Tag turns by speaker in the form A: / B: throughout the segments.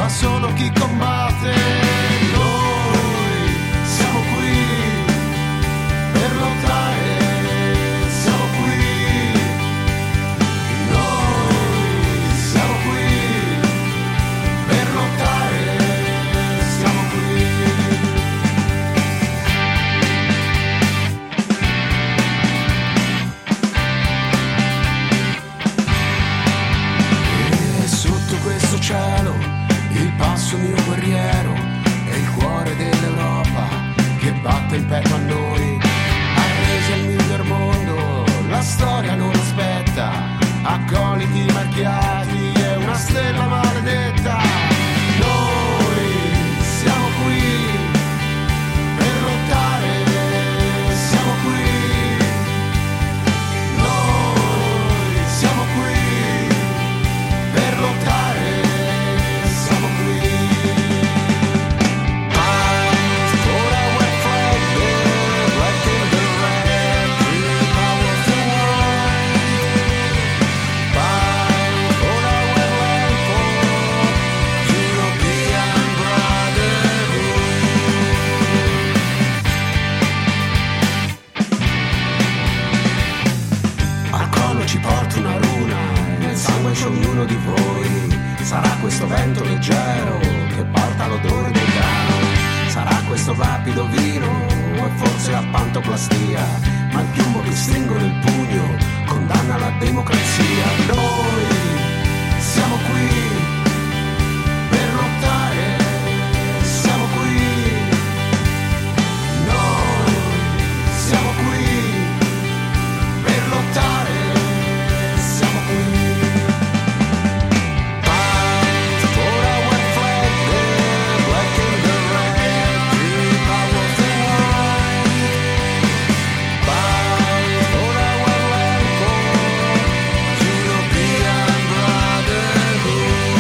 A: fa solo chi combatte. Noi siamo qui per lottare, siamo qui. Noi siamo qui per lottare, siamo qui. E sotto questo cielo il passo mio guerriero è il cuore dell'Europa che batte il petto a noi. Arresi al miglior mondo, la storia non aspetta, accoliti marchiati, è una stella maledetta. Noi siamo qui per lottare, siamo qui. Noi siamo qui per lottare, siamo qui. Fight for our flag, the black and the red, the powerful white. Fight for our land, for European brotherhood. Al collo ci porta una runa, nel sangue c'è ognuno di voi. Sarà questo vento leggero che porta l'odore del grano, sarà questo rapido vino o forse la pantoplastia, ma il piombo che stringo nel pugno condanna la democrazia. Noi siamo qui per lottare, siamo qui. Noi siamo qui per lottare, siamo qui. Fight for our flag, the black and the red, the powerful white. Fight for our land, for European brotherhood.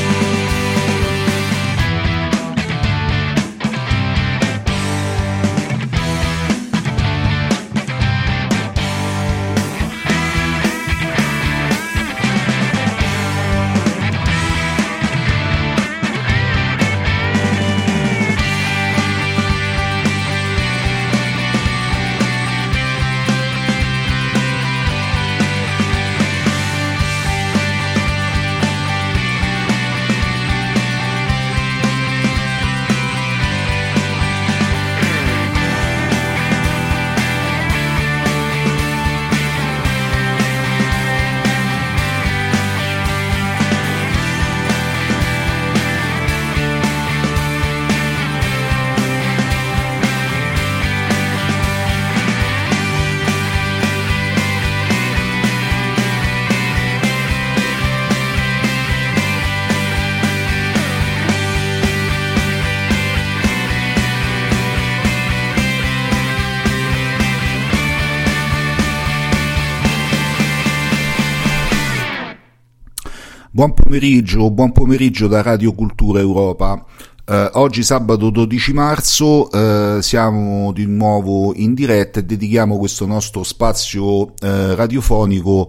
B: Buon pomeriggio da Radio Cultura Europa. Oggi sabato 12 marzo siamo di nuovo in diretta e dedichiamo questo nostro spazio radiofonico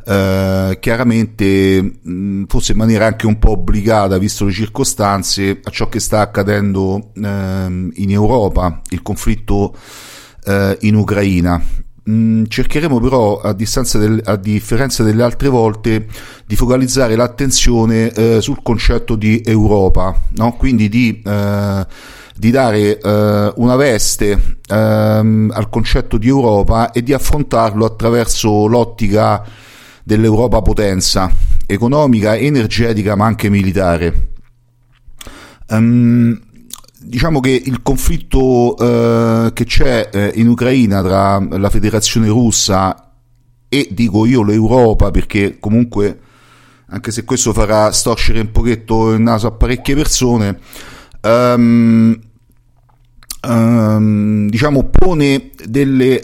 B: chiaramente forse in maniera anche un po' obbligata, visto le circostanze, a ciò che sta accadendo in Europa, il conflitto in Ucraina. Cercheremo però, a differenza delle altre volte, di focalizzare l'attenzione sul concetto di Europa, no? Quindi di dare una veste al concetto di Europa e di affrontarlo attraverso l'ottica dell'Europa potenza economica, energetica ma anche militare. Diciamo che il conflitto che c'è in Ucraina tra la Federazione Russa e, dico io, l'Europa, perché comunque, anche se questo farà storcere un pochetto il naso a parecchie persone, diciamo pone delle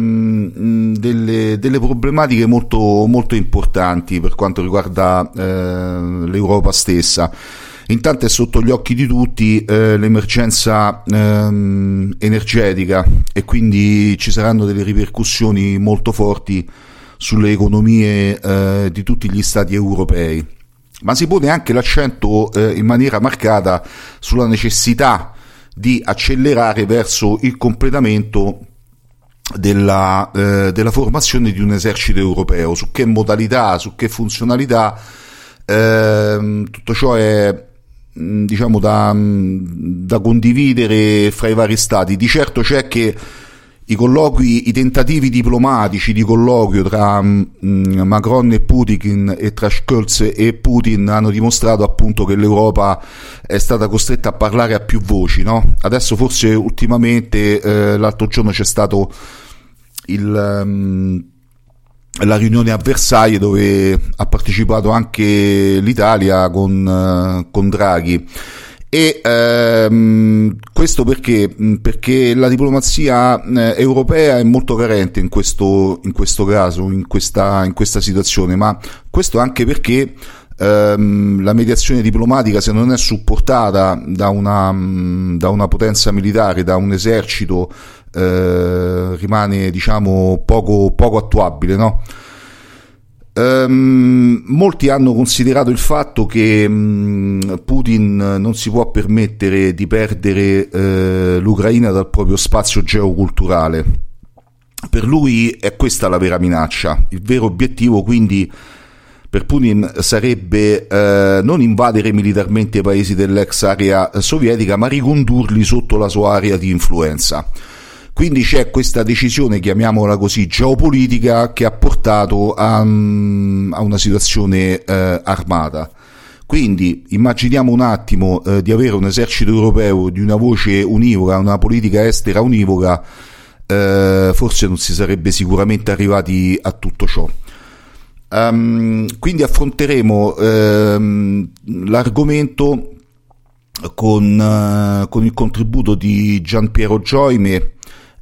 B: problematiche molto, molto importanti per quanto riguarda l'Europa stessa. Intanto è sotto gli occhi di tutti l'emergenza energetica, e quindi ci saranno delle ripercussioni molto forti sulle economie di tutti gli stati europei. ma si pone anche l'accento in maniera marcata sulla necessità di accelerare verso il completamento della formazione di un esercito europeo. Su che modalità, su che funzionalità, tutto ciò è diciamo da condividere fra i vari stati. Di certo c'è che i tentativi diplomatici di colloquio tra Macron e Putin e tra Scholz e Putin hanno dimostrato appunto che l'Europa è stata costretta a parlare a più voci, no? Adesso forse ultimamente l'altro giorno c'è stato la riunione a Versailles dove ha partecipato anche l'Italia con Draghi. E questo perché la diplomazia europea è molto carente in questo caso, in questa situazione, ma questo anche perché la mediazione diplomatica, se non è supportata da una potenza militare, da un esercito, rimane diciamo poco attuabile, no? Molti hanno considerato il fatto che Putin non si può permettere di perdere l'Ucraina dal proprio spazio geoculturale. Per lui è questa la vera minaccia. Il vero obiettivo quindi per Putin sarebbe non invadere militarmente i paesi dell'ex area sovietica, ma ricondurli sotto la sua area di influenza. Quindi c'è questa decisione, chiamiamola così, geopolitica, che ha portato a una situazione armata. Quindi immaginiamo un attimo di avere un esercito europeo di una voce univoca, una politica estera univoca, forse non si sarebbe sicuramente arrivati a tutto ciò. Quindi affronteremo l'argomento con il contributo di Gianpiero Gioime,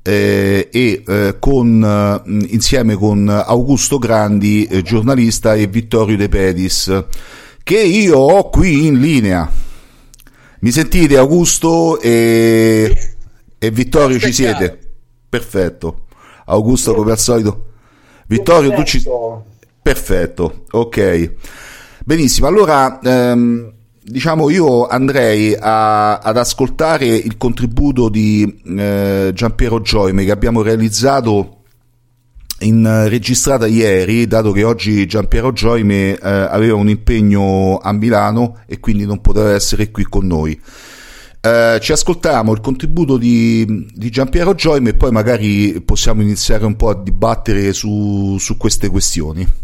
B: insieme con Augusto Grandi, giornalista, e Vittorio De Pedis, che io ho qui in linea. Mi sentite, Augusto e Vittorio? Ci siete? Perfetto. Augusto come al solito. Vittorio, tu ci... Perfetto, ok. Benissimo, allora diciamo io andrei ad ascoltare il contributo di Gianpiero Gioime che abbiamo realizzato registrata ieri, dato che oggi Gianpiero Gioime aveva un impegno a Milano e quindi non poteva essere qui con noi. Ci ascoltiamo il contributo di Gianpiero Gioime e poi magari possiamo iniziare un po' a dibattere su queste questioni.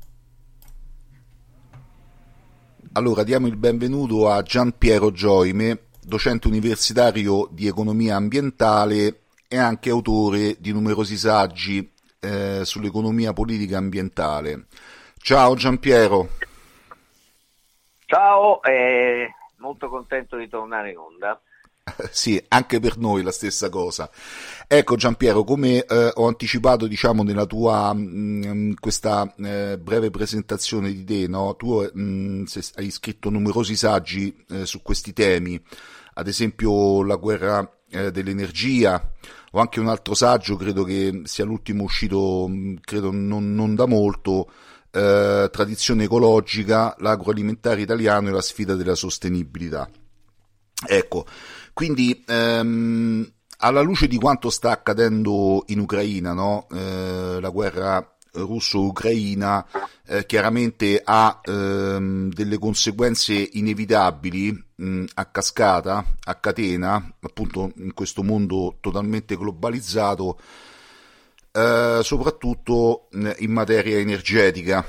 B: Allora, diamo il benvenuto a Gianpiero Gioime, docente universitario di economia ambientale e anche autore di numerosi saggi sull'economia politica ambientale. Ciao Gianpiero.
C: Ciao, molto contento di tornare in onda.
B: Sì, anche per noi la stessa cosa. Ecco Gianpiero, come ho anticipato diciamo nella tua questa breve presentazione di te, no? Tu hai scritto numerosi saggi su questi temi, ad esempio la guerra dell'energia, o anche un altro saggio, credo che sia l'ultimo uscito, credo non da molto, tradizione ecologica, l'agroalimentare italiano e la sfida della sostenibilità. Ecco, quindi alla luce di quanto sta accadendo in Ucraina, no? La guerra russo-ucraina chiaramente ha delle conseguenze inevitabili a cascata, a catena, appunto in questo mondo totalmente globalizzato, soprattutto in materia energetica.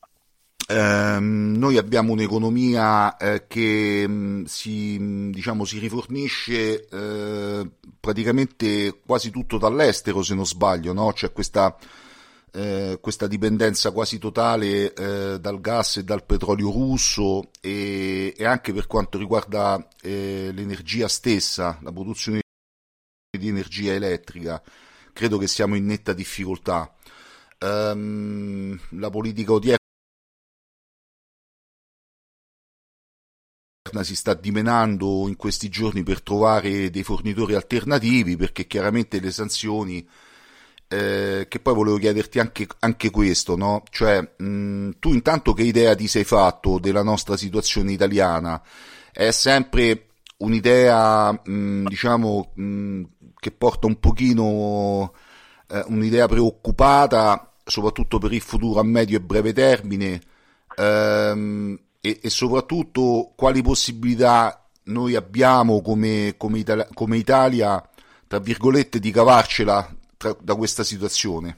B: Noi abbiamo un'economia che si rifornisce praticamente quasi tutto dall'estero, se non sbaglio, no? C'è questa dipendenza quasi totale dal gas e dal petrolio russo e anche per quanto riguarda l'energia stessa, la produzione di energia elettrica, credo che siamo in netta difficoltà. La politica odierna si sta dimenando in questi giorni per trovare dei fornitori alternativi, perché chiaramente le sanzioni che poi volevo chiederti anche questo, no? Cioè, tu intanto che idea ti sei fatto della nostra situazione italiana? È sempre un'idea, diciamo, che porta un pochino un'idea preoccupata, soprattutto per il futuro a medio e breve termine, e soprattutto quali possibilità noi abbiamo come Italia, tra virgolette, di cavarcela da questa situazione?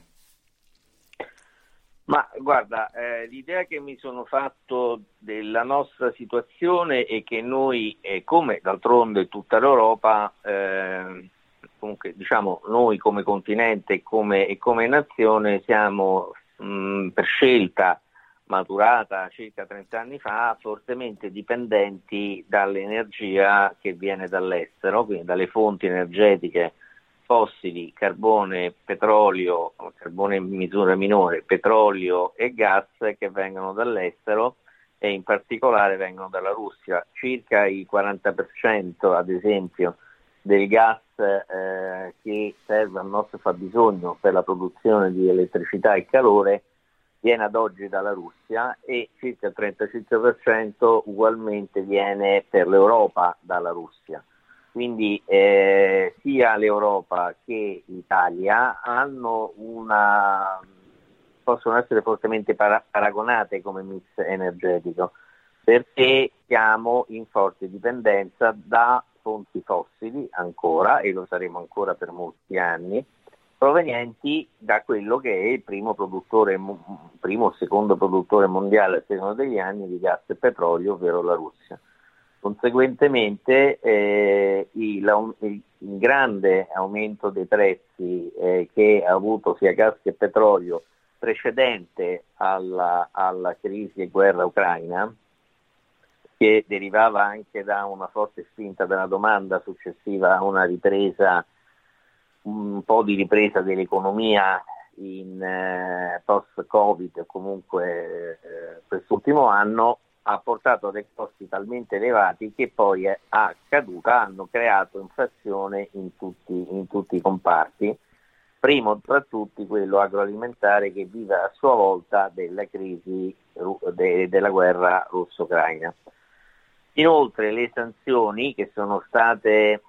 C: Ma guarda, l'idea che mi sono fatto della nostra situazione è che noi, come d'altronde tutta l'Europa, comunque diciamo noi come continente e come nazione siamo per scelta maturata circa 30 anni fa fortemente dipendenti dall'energia che viene dall'estero, quindi dalle fonti energetiche fossili, carbone, petrolio, carbone in misura minore, petrolio e gas che vengono dall'estero e in particolare vengono dalla Russia. Circa il 40% ad esempio del gas che serve al nostro fabbisogno per la produzione di elettricità e calore viene ad oggi dalla Russia e circa il 35% ugualmente viene per l'Europa dalla Russia. Quindi sia l'Europa che l'Italia possono essere fortemente paragonate come mix energetico, perché siamo in forte dipendenza da fonti fossili ancora, e lo saremo ancora per molti anni, provenienti da quello che è il primo o secondo produttore mondiale a seconda degli anni di gas e petrolio, ovvero la Russia. Conseguentemente il grande aumento dei prezzi che ha avuto sia gas che petrolio precedente alla crisi e guerra ucraina, che derivava anche da una forte spinta della domanda successiva a una ripresa, un po' di ripresa dell'economia in post-Covid, comunque quest'ultimo anno, ha portato a dei costi talmente elevati che poi a caduta hanno creato inflazione in tutti i comparti, primo tra tutti quello agroalimentare, che vive a sua volta della crisi della guerra russo-ucraina. Inoltre le sanzioni che sono state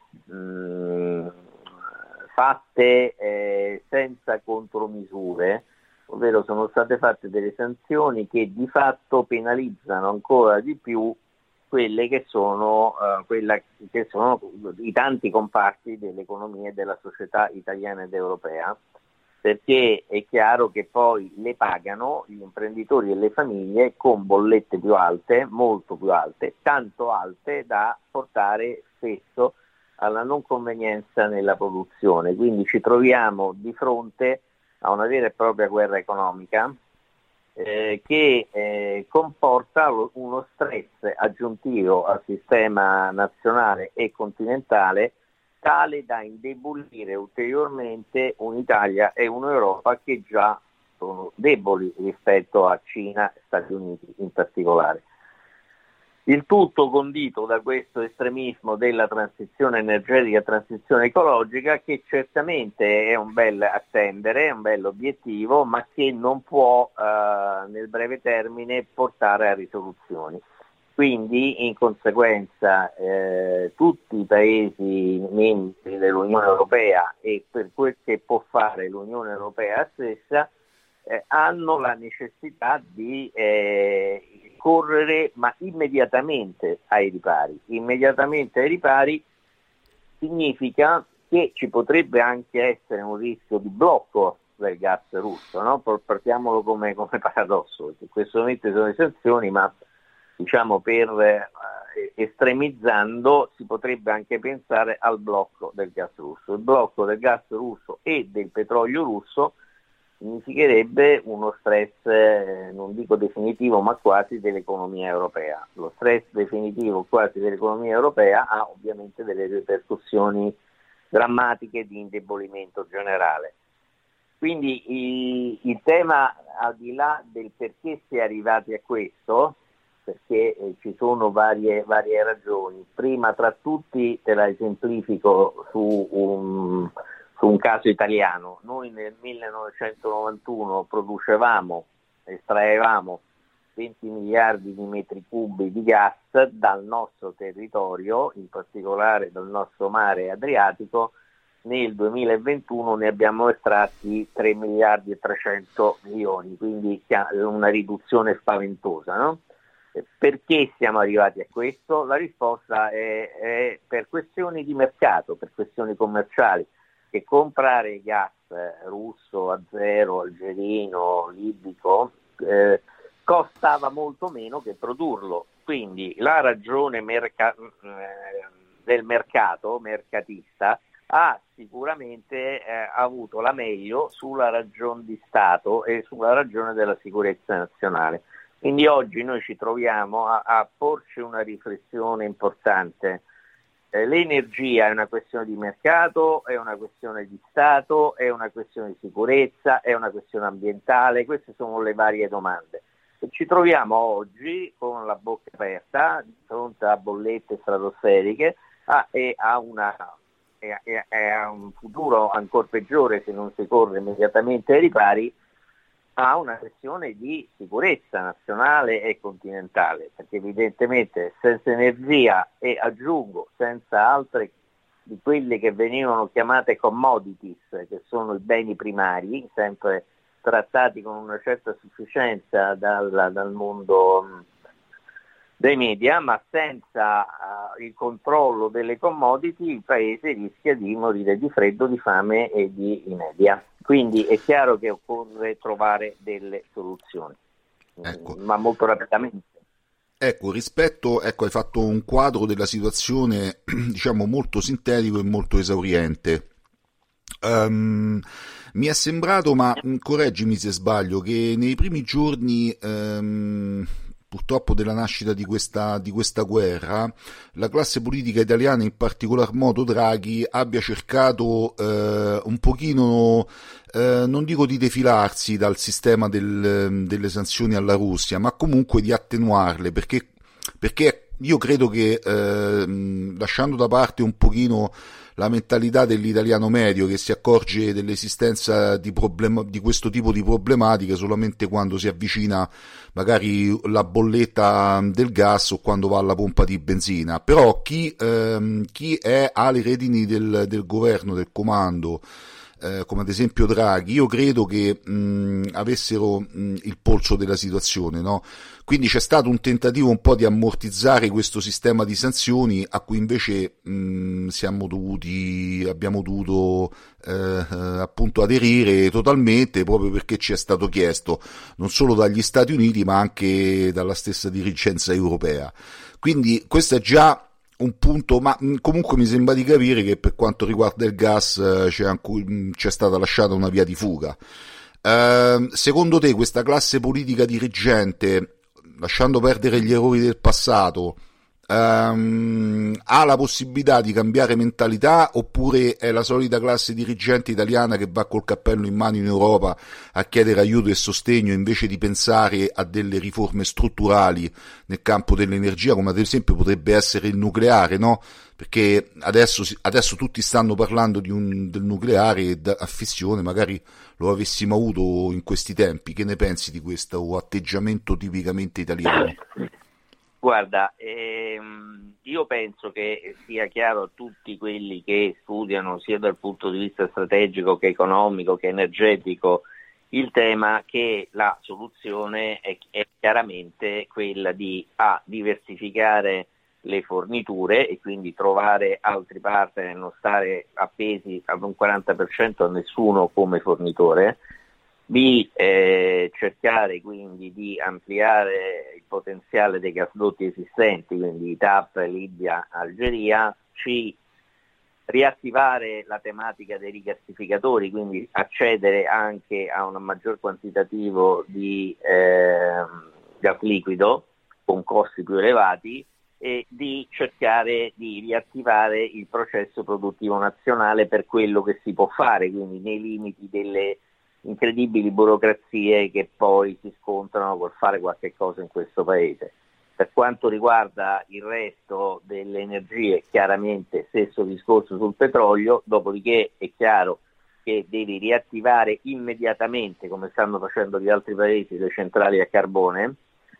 C: fatte senza contromisure, ovvero sono state fatte delle sanzioni che di fatto penalizzano ancora di più quelle che sono i tanti comparti dell'economia e della società italiana ed europea, perché è chiaro che poi le pagano gli imprenditori e le famiglie con bollette più alte, molto più alte, tanto alte da portare spesso alla non convenienza nella produzione. Quindi ci troviamo di fronte a una vera e propria guerra economica che comporta uno stress aggiuntivo al sistema nazionale e continentale, tale da indebolire ulteriormente un'Italia e un'Europa che già sono deboli rispetto a Cina e Stati Uniti in particolare. Il tutto condito da questo estremismo della transizione energetica e transizione ecologica, che certamente è un bel attendere, è un bel obiettivo, ma che non può nel breve termine portare a risoluzioni. Quindi, in conseguenza, tutti i Paesi membri dell'Unione Europea, e per quel che può fare l'Unione Europea stessa, hanno la necessità di correre, ma immediatamente ai ripari. Immediatamente ai ripari significa che ci potrebbe anche essere un rischio di blocco del gas russo, no? Partiamolo come paradosso. In questo momento sono le sanzioni, ma diciamo estremizzando si potrebbe anche pensare al blocco del gas russo. Il blocco del gas russo e del petrolio russo significherebbe uno stress, non dico definitivo, ma quasi dell'economia europea. Lo stress definitivo quasi dell'economia europea ha ovviamente delle ripercussioni drammatiche di indebolimento generale. Quindi il tema, al di là del perché si è arrivati a questo, perché ci sono varie ragioni. Prima tra tutti te la esemplifico su su un caso italiano. Noi nel 1991 estraevamo 20 miliardi di metri cubi di gas dal nostro territorio, in particolare dal nostro mare Adriatico. Nel 2021 ne abbiamo estratti 3 miliardi e 300 milioni, quindi una riduzione spaventosa, no? Perché siamo arrivati a questo? La risposta è per questioni di mercato, per questioni commerciali, che comprare gas russo, azero, algerino, libico costava molto meno che produrlo. Quindi la ragione del mercato mercatista ha sicuramente avuto la meglio sulla ragione di Stato e sulla ragione della sicurezza nazionale. Quindi oggi noi ci troviamo a porci una riflessione importante. L'energia è una questione di mercato, è una questione di Stato, è una questione di sicurezza, è una questione ambientale, queste sono le varie domande. E ci troviamo oggi con la bocca aperta di fronte a bollette stratosferiche e a un futuro ancora peggiore se non si corre immediatamente ai ripari, a una questione di sicurezza nazionale e continentale, perché evidentemente senza energia e aggiungo senza altre di quelle che venivano chiamate commodities, che sono i beni primari, sempre trattati con una certa sufficienza dal mondo dei media, ma senza il controllo delle commodity il paese rischia di morire di freddo, di fame e di inedia. Quindi è chiaro che occorre trovare delle soluzioni, ma molto rapidamente.
B: Ecco, hai fatto un quadro della situazione, diciamo, molto sintetico e molto esauriente. Mi è sembrato, ma correggimi se sbaglio, che nei primi giorni purtroppo della nascita di questa guerra, la classe politica italiana, in particolar modo Draghi, abbia cercato un pochino, non dico di defilarsi dal sistema delle sanzioni alla Russia, ma comunque di attenuarle, perché io credo che lasciando da parte un pochino la mentalità dell'italiano medio che si accorge dell'esistenza di questo tipo di problematiche solamente quando si avvicina magari la bolletta del gas o quando va alla pompa di benzina, però chi ha le redini del governo, del comando, come ad esempio Draghi, io credo che avessero il polso della situazione, no? Quindi c'è stato un tentativo un po' di ammortizzare questo sistema di sanzioni a cui invece abbiamo dovuto appunto aderire totalmente, proprio perché ci è stato chiesto non solo dagli Stati Uniti ma anche dalla stessa dirigenza europea. Quindi questo è già un punto, ma comunque mi sembra di capire che per quanto riguarda il gas c'è stata lasciata una via di fuga. Secondo te questa classe politica dirigente, lasciando perdere gli errori del passato, ha la possibilità di cambiare mentalità, oppure è la solita classe dirigente italiana che va col cappello in mano in Europa a chiedere aiuto e sostegno invece di pensare a delle riforme strutturali nel campo dell'energia, come ad esempio potrebbe essere il nucleare, no? Perché adesso tutti stanno parlando del nucleare a fissione, magari lo avessimo avuto in questi tempi. Che ne pensi di questo atteggiamento tipicamente italiano?
C: Guarda, io penso che sia chiaro a tutti quelli che studiano sia dal punto di vista strategico che economico che energetico il tema, che la soluzione è chiaramente quella di diversificare le forniture e quindi trovare altri partner e non stare appesi ad un 40% a nessuno come fornitore, cercare quindi di ampliare il potenziale dei gasdotti esistenti, quindi TAP, Libia, Algeria, riattivare la tematica dei rigassificatori, quindi accedere anche a un maggior quantitativo di gas liquido con costi più elevati, e di cercare di riattivare il processo produttivo nazionale per quello che si può fare, quindi nei limiti delle incredibili burocrazie che poi si scontrano col fare qualche cosa in questo paese. Per quanto riguarda il resto delle energie, chiaramente stesso discorso sul petrolio, dopodiché è chiaro perché devi riattivare immediatamente, come stanno facendo gli altri paesi, le centrali a carbone,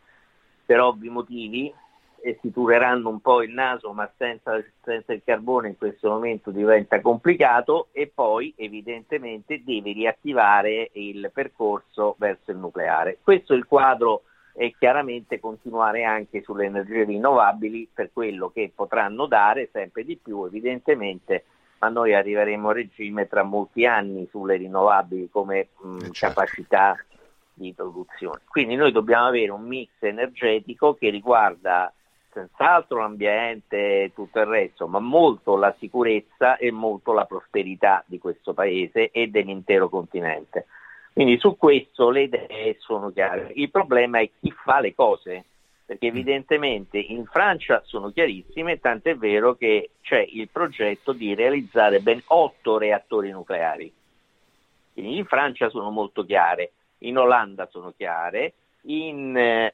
C: per ovvi motivi, e si tureranno un po' il naso, ma senza il carbone in questo momento diventa complicato, e poi evidentemente devi riattivare il percorso verso il nucleare. Questo è il quadro, e chiaramente continuare anche sulle energie rinnovabili per quello che potranno dare sempre di più, evidentemente, ma noi arriveremo a regime tra molti anni sulle rinnovabili come capacità di produzione. Quindi noi dobbiamo avere un mix energetico che riguarda senz'altro l'ambiente e tutto il resto, ma molto la sicurezza e molto la prosperità di questo paese e dell'intero continente. Quindi su questo le idee sono chiare. Il problema è chi fa le cose, perché evidentemente in Francia sono chiarissime, tant'è vero che c'è il progetto di realizzare ben 8 reattori nucleari. Quindi in Francia sono molto chiare, in Olanda sono chiare, in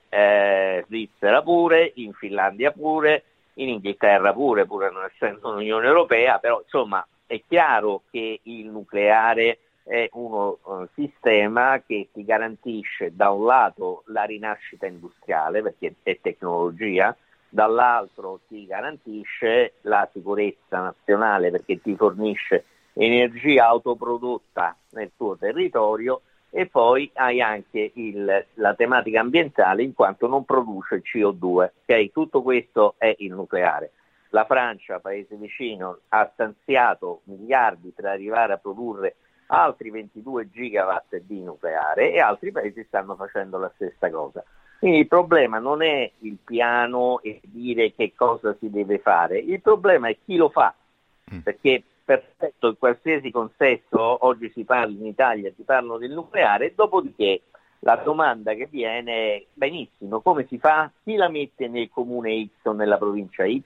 C: Svizzera pure, in Finlandia pure, in Inghilterra pure non essendo un'Unione Europea, però insomma è chiaro che il nucleare è uno sistema che ti garantisce da un lato la rinascita industriale, perché è tecnologia, dall'altro ti garantisce la sicurezza nazionale, perché ti fornisce energia autoprodotta nel tuo territorio, e poi hai anche la tematica ambientale in quanto non produce CO2. Okay? Tutto questo è il nucleare. La Francia, paese vicino, ha stanziato miliardi per arrivare a produrre altri 22 gigawatt di nucleare, e altri paesi stanno facendo la stessa cosa. Quindi il problema non è il piano e dire che cosa si deve fare, il problema è chi lo fa, perché perfetto, in qualsiasi consesso oggi si parla in Italia, si parla del nucleare, dopodiché la domanda che viene è: benissimo, come si fa? Chi la mette nel comune X o nella provincia Y?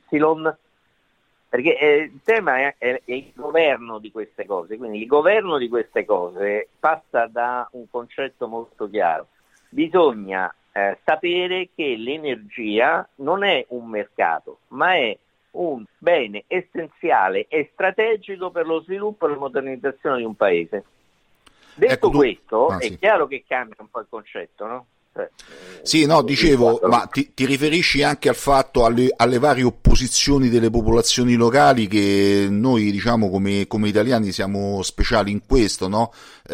C: Perché il tema è il governo di queste cose, quindi il governo di queste cose passa da un concetto molto chiaro: bisogna sapere che l'energia non è un mercato, ma è un bene essenziale e strategico per lo sviluppo e la modernizzazione di un paese. Detto questo, è chiaro che cambia un po' il concetto, no?
B: Sì, no, dicevo, ma ti riferisci anche al fatto, alle varie opposizioni delle popolazioni locali, che noi, diciamo, come italiani siamo speciali in questo, no?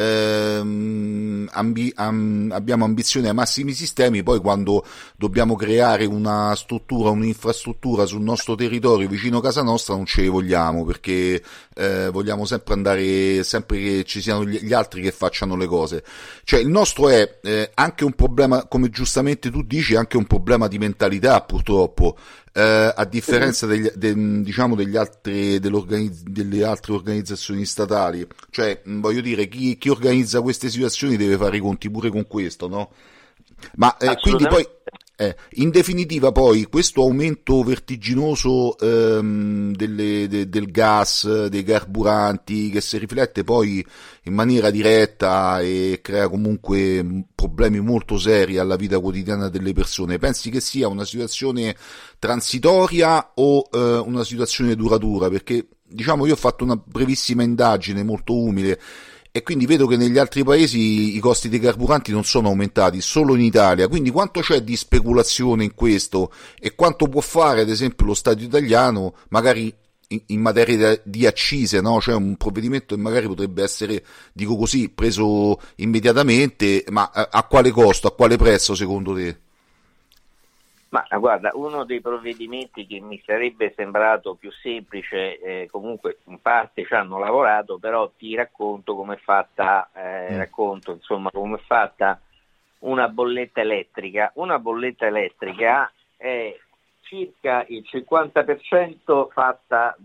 B: Abbiamo ambizioni ai massimi sistemi, poi quando dobbiamo creare una struttura, un'infrastruttura sul nostro territorio vicino a casa nostra non ce le vogliamo, perché vogliamo sempre andare, sempre che ci siano gli altri che facciano le cose. Cioè il nostro è anche un problema, come giustamente tu dici, anche un problema di mentalità, purtroppo, a differenza delle altre organizzazioni statali. Cioè, voglio dire, chi organizza queste situazioni deve fare i conti pure con questo, no? Ma quindi poi, in definitiva, poi questo aumento vertiginoso del gas, dei carburanti, che si riflette poi in maniera diretta e crea comunque problemi molto seri alla vita quotidiana delle persone, pensi che sia una situazione transitoria o una situazione duratura? Perché, diciamo, io ho fatto una brevissima indagine molto umile e quindi vedo che negli altri paesi i costi dei carburanti non sono aumentati, solo in Italia. Quindi quanto c'è di speculazione in questo e quanto può fare, ad esempio, lo Stato italiano, magari in materia di accise, no? Cioè un provvedimento che magari potrebbe essere, dico così, preso immediatamente, ma a quale costo, a quale prezzo secondo te?
C: Ma guarda, uno dei provvedimenti che mi sarebbe sembrato più semplice, comunque in parte ci hanno lavorato, però ti racconto come è fatta, come è fatta una bolletta elettrica. Una bolletta elettrica è circa il 50% fatta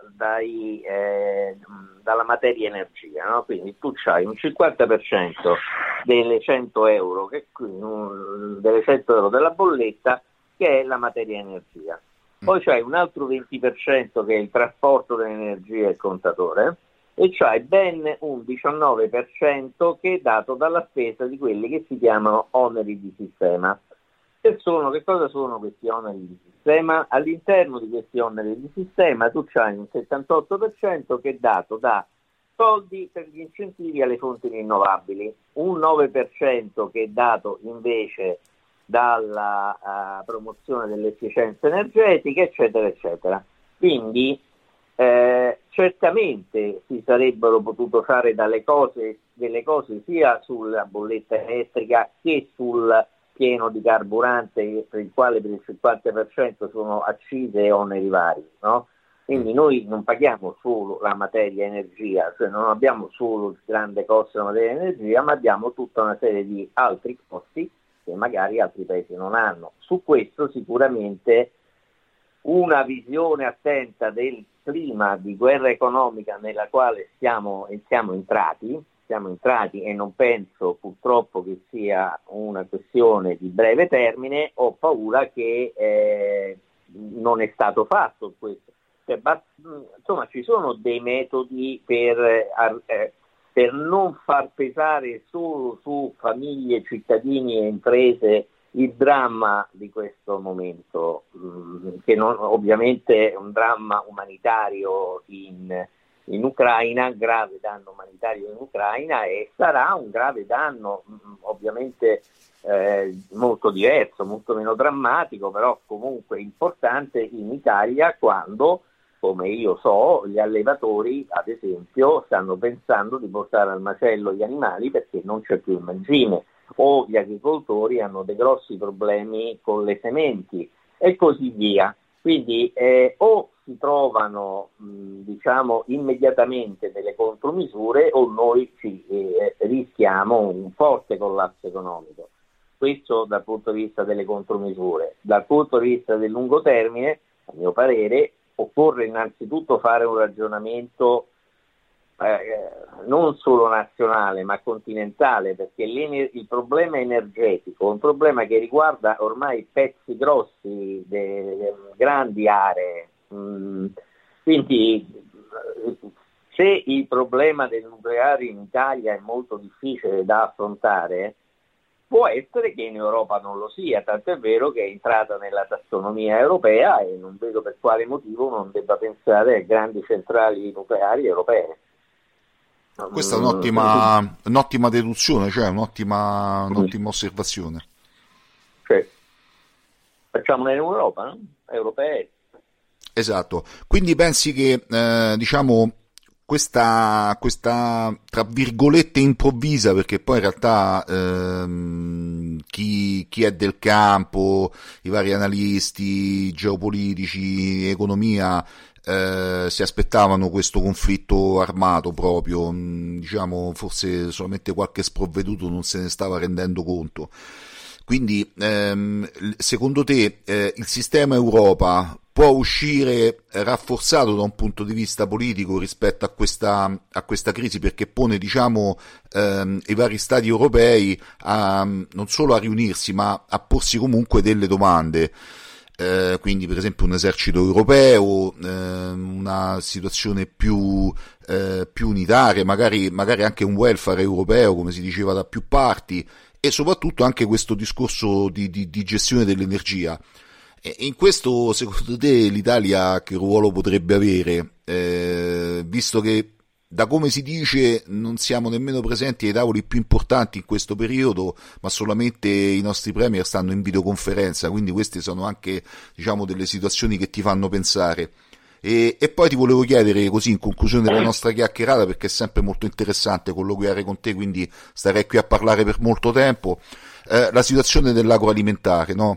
C: dalla materia energia, no? Quindi tu c'hai un 50% delle 100 euro, delle 100 euro della bolletta, che è la materia energia. Poi c'hai un altro 20% che è il trasporto dell'energia e il contatore, e c'hai ben un 19% che è dato dalla spesa di quelli che si chiamano oneri di sistema. Che cosa sono questi oneri di sistema? All'interno di questi oneri di sistema tu c'hai un 78% che è dato da soldi per gli incentivi alle fonti rinnovabili, un 9% che è dato invece dalla promozione dell'efficienza energetica, eccetera, eccetera. Quindi certamente si sarebbero potuto fare delle cose sia sulla bolletta elettrica che sul pieno di carburante, per il quale per il 50% sono accise e oneri vari, no? Quindi noi non paghiamo solo la materia energia, cioè non abbiamo solo il grande costo della materia energia, ma abbiamo tutta una serie di altri costi che magari altri paesi non hanno. Su questo sicuramente una visione attenta del clima di guerra economica nella quale siamo entrati, e non penso purtroppo che sia una questione di breve termine. Ho paura che non è stato fatto questo. Insomma, ci sono dei metodi per non far pesare solo su famiglie, cittadini e imprese il dramma di questo momento, che ovviamente è un dramma umanitario in Ucraina, grave danno umanitario in Ucraina, e sarà un grave danno ovviamente molto diverso, molto meno drammatico, però comunque importante in Italia, quando, come io so, gli allevatori ad esempio stanno pensando di portare al macello gli animali perché non c'è più il mangime, o gli agricoltori hanno dei grossi problemi con le sementi e così via. Quindi o si trovano immediatamente delle contromisure, o noi rischiamo un forte collasso economico. Questo dal punto di vista delle contromisure. Dal punto di vista del lungo termine, a mio parere, occorre innanzitutto fare un ragionamento non solo nazionale ma continentale, perché il problema energetico è un problema che riguarda ormai pezzi grossi, grandi aree. Quindi se il problema del nucleare in Italia è molto difficile da affrontare, può essere che in Europa non lo sia, tanto è vero che è entrata nella tassonomia europea e non vedo per quale motivo non debba pensare a grandi centrali nucleari europee.
B: Questa è un'ottima deduzione, cioè un'ottima osservazione.
C: Cioè, facciamola in Europa, no? Europee.
B: Esatto. Quindi pensi che questa tra virgolette improvvisa, perché poi in realtà chi è del campo, i vari analisti geopolitici, economia, si aspettavano questo conflitto armato proprio, forse solamente qualche sprovveduto non se ne stava rendendo conto. Quindi secondo te il sistema Europa può uscire rafforzato da un punto di vista politico rispetto a questa crisi, perché pone i vari stati europei non solo a riunirsi ma a porsi comunque delle domande? Quindi per esempio un esercito europeo, una situazione più unitaria, magari anche un welfare europeo, come si diceva da più parti, e soprattutto anche questo discorso di gestione dell'energia. E in questo, secondo te, l'Italia che ruolo potrebbe avere, visto che da come si dice non siamo nemmeno presenti ai tavoli più importanti in questo periodo, ma solamente i nostri premier stanno in videoconferenza, quindi queste sono anche delle situazioni che ti fanno pensare. E poi ti volevo chiedere, così in conclusione della nostra chiacchierata, perché è sempre molto interessante colloquiare con te, quindi starei qui a parlare per molto tempo, la situazione dell'agroalimentare, no?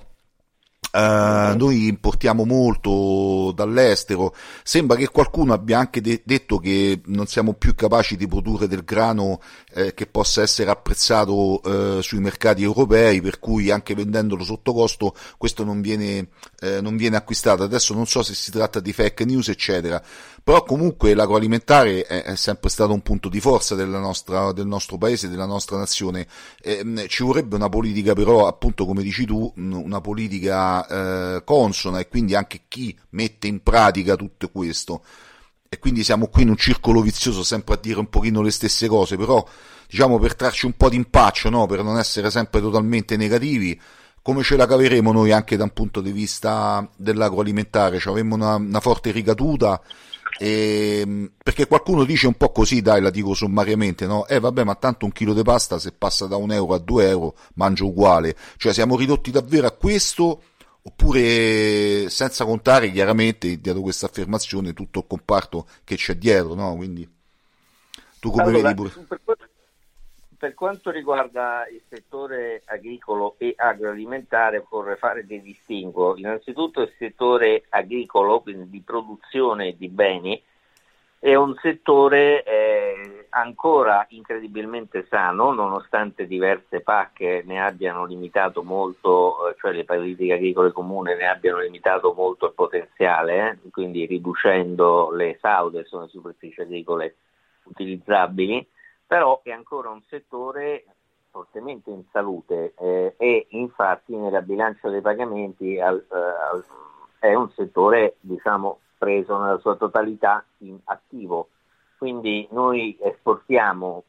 B: Noi importiamo molto dall'estero, sembra che qualcuno abbia anche detto che non siamo più capaci di produrre del grano che possa essere apprezzato sui mercati europei, per cui anche vendendolo sotto costo questo non viene acquistato. Adesso non so se si tratta di fake news eccetera, però comunque l'agroalimentare è sempre stato un punto di forza del nostro paese, della nostra nazione. Ci vorrebbe una politica, però appunto come dici tu, una politica consona, e quindi anche chi mette in pratica tutto questo. E quindi siamo qui in un circolo vizioso, sempre a dire un pochino le stesse cose, però per trarci un po' di impaccio, no? Per non essere sempre totalmente negativi, come ce la caveremo noi anche da un punto di vista dell'agroalimentare? Avremo una forte ricaduta Perché qualcuno dice un po' così, dai, la dico sommariamente, no? Vabbè, ma tanto un chilo di pasta se passa da 1 euro a 2 euro mangio uguale. Cioè siamo ridotti davvero a questo, oppure senza contare chiaramente, dietro questa affermazione, tutto il comparto che c'è dietro, no? Quindi tu come vedi pure?
C: Per quanto riguarda il settore agricolo e agroalimentare occorre fare dei distinguo. Innanzitutto il settore agricolo, quindi di produzione di beni, è un settore ancora incredibilmente sano, nonostante diverse PAC ne abbiano limitato molto, cioè le politiche agricole comuni ne abbiano limitato molto il potenziale, quindi riducendo le esaude sulle superfici agricole utilizzabili. Però è ancora un settore fortemente in salute e infatti nella bilancia dei pagamenti è un settore, diciamo, preso nella sua totalità in attivo. Quindi noi esportiamo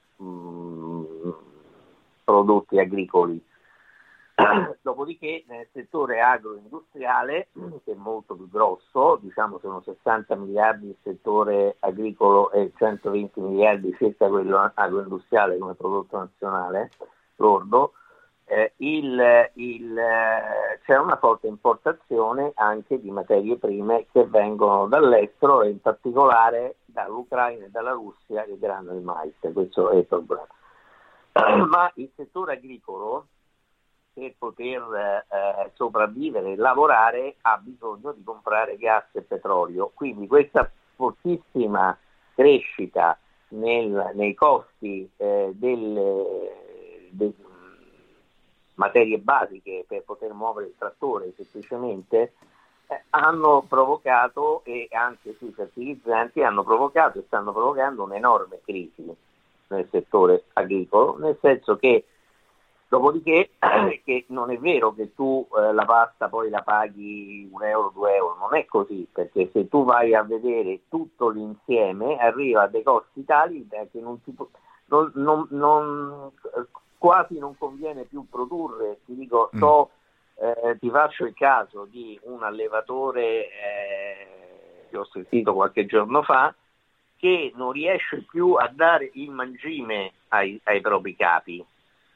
C: prodotti agricoli. Dopodiché nel settore agroindustriale, che è molto più grosso, diciamo sono 60 miliardi il settore agricolo e 120 miliardi circa quello agroindustriale come prodotto nazionale lordo, c'è una forte importazione anche di materie prime che vengono dall'estero e in particolare dall'Ucraina e dalla Russia che grano il mais, questo è il problema. Ma il settore agricolo, per poter sopravvivere e lavorare, ha bisogno di comprare gas e petrolio. Quindi questa fortissima crescita nei costi delle materie basiche per poter muovere il trattore semplicemente hanno provocato, e anche sui fertilizzanti hanno provocato e stanno provocando un'enorme crisi nel settore agricolo, nel senso che dopodiché che non è vero che tu la pasta poi la paghi 1 euro, 2 euro, non è così, perché se tu vai a vedere tutto l'insieme arriva a dei costi tali che quasi non conviene più produrre. Ti dico, ti faccio il caso di un allevatore che ho sentito qualche giorno fa, che non riesce più a dare il mangime ai propri capi.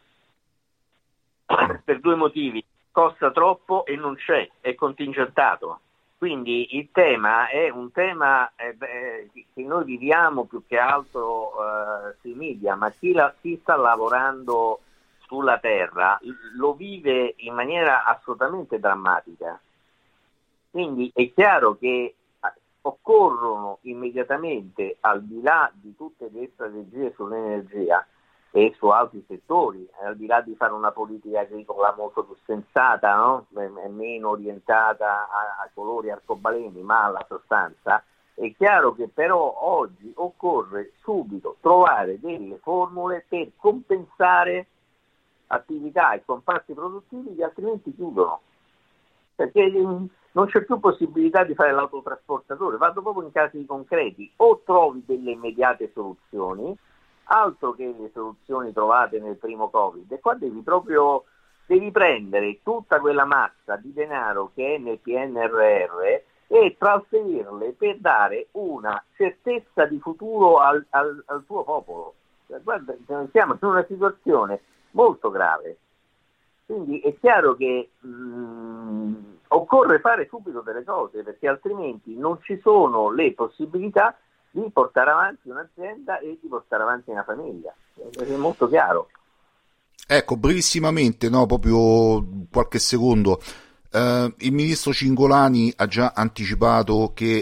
C: Per 2 motivi: costa troppo e non c'è, è contingentato. Quindi il tema è un tema che noi viviamo più che altro sui media, ma chi sta lavorando sulla terra lo vive in maniera assolutamente drammatica. Quindi è chiaro che occorrono immediatamente, al di là di tutte le strategie sull'energia e su altri settori, al di là di fare una politica agricola molto più sensata, no? Meno orientata a colori arcobaleni ma alla sostanza, è chiaro che però oggi occorre subito trovare delle formule per compensare attività e comparti produttivi che altrimenti chiudono, perché non c'è più possibilità di fare l'autotrasportatore. Vado proprio in casi concreti: o trovi delle immediate soluzioni, altro che le soluzioni trovate nel primo Covid, e qua devi prendere tutta quella massa di denaro che è nel PNRR e trasferirle per dare una certezza di futuro al tuo popolo. Guarda, siamo in una situazione molto grave, quindi è chiaro che occorre fare subito delle cose, perché altrimenti non ci sono le possibilità di portare avanti un'azienda e di portare avanti una famiglia. È molto chiaro.
B: Ecco, brevissimamente, no, proprio qualche secondo. Il ministro Cingolani ha già anticipato che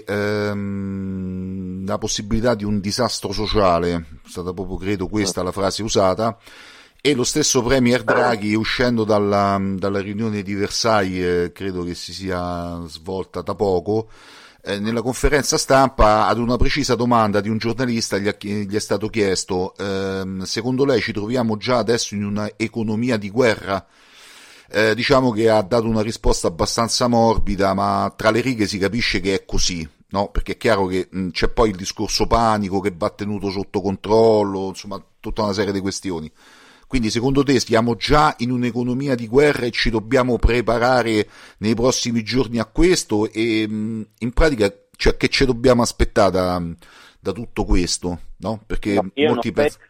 B: la possibilità di un disastro sociale, è stata proprio, credo, questa la frase usata, e lo stesso Premier Draghi, uscendo dalla riunione di Versailles, credo che si sia svolta da poco, nella conferenza stampa, ad una precisa domanda di un giornalista gli è stato chiesto: secondo lei ci troviamo già adesso in una economia di guerra? Diciamo che ha dato una risposta abbastanza morbida, ma tra le righe si capisce che è così, no? Perché è chiaro che c'è poi il discorso panico che va tenuto sotto controllo, insomma tutta una serie di questioni. Quindi secondo te stiamo già in un'economia di guerra e ci dobbiamo preparare nei prossimi giorni a questo? E in pratica cioè che ci dobbiamo aspettare da tutto questo, no? Perché
C: no,
B: molti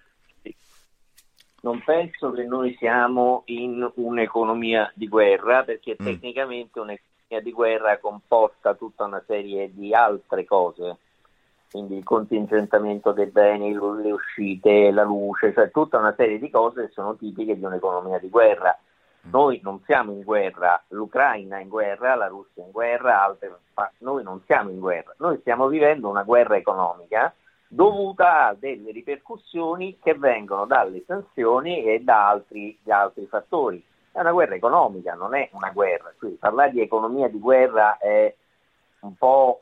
C: non penso che noi siamo in un'economia di guerra, perché tecnicamente un'economia di guerra comporta tutta una serie di altre cose, quindi il contingentamento dei beni, le uscite, la luce, cioè tutta una serie di cose che sono tipiche di un'economia di guerra. Noi non siamo in guerra, l'Ucraina è in guerra, la Russia è in guerra, noi non siamo in guerra, noi stiamo vivendo una guerra economica dovuta a delle ripercussioni che vengono dalle sanzioni e da altri fattori. È una guerra economica, non è una guerra. Quindi parlare di economia di guerra è un po',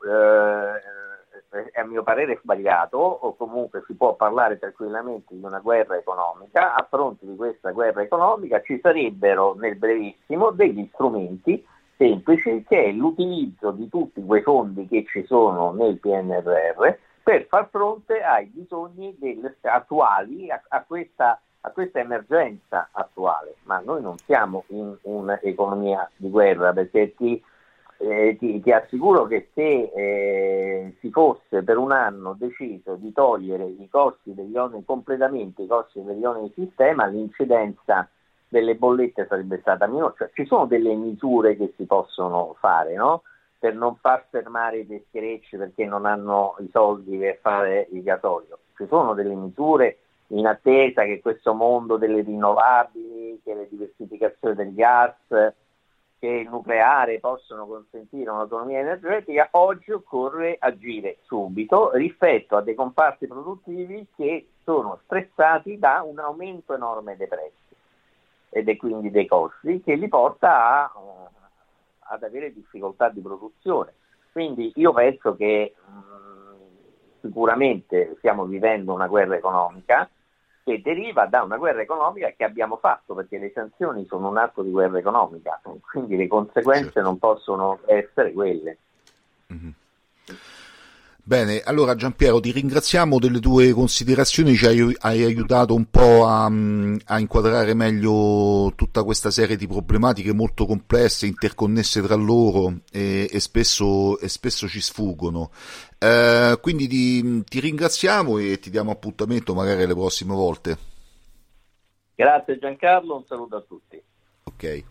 C: a mio parere, sbagliato, o comunque si può parlare tranquillamente di una guerra economica. A fronte di questa guerra economica ci sarebbero nel brevissimo degli strumenti semplici, che è l'utilizzo di tutti quei fondi che ci sono nel PNRR per far fronte ai bisogni attuali, a questa emergenza attuale. Ma noi non siamo in un'economia di guerra, perché ti assicuro che se si fosse per un anno deciso di togliere i costi degli oneri, completamente i costi degli oneri di sistema, l'incidenza delle bollette sarebbe stata minore. Cioè, ci sono delle misure che si possono fare, no? Per non far fermare i pescherecci perché non hanno i soldi per fare il gasolio. Ci sono delle misure in attesa che questo mondo delle rinnovabili, che le diversificazioni del gas, che il nucleare possono consentire un'autonomia energetica. Oggi occorre agire subito rispetto a dei comparti produttivi che sono stressati da un aumento enorme dei prezzi e quindi dei costi, che li porta ad avere difficoltà di produzione. Quindi io penso che sicuramente stiamo vivendo una guerra economica che deriva da una guerra economica che abbiamo fatto, perché le sanzioni sono un atto di guerra economica, quindi le conseguenze non possono essere quelle.
B: Mm-hmm. Bene, allora Giampiero, ti ringraziamo delle tue considerazioni, ci hai aiutato un po' a inquadrare meglio tutta questa serie di problematiche molto complesse, interconnesse tra loro e spesso ci sfuggono. Quindi ti ringraziamo e ti diamo appuntamento magari le prossime volte.
C: Grazie Giancarlo, un saluto a tutti.
B: Ok.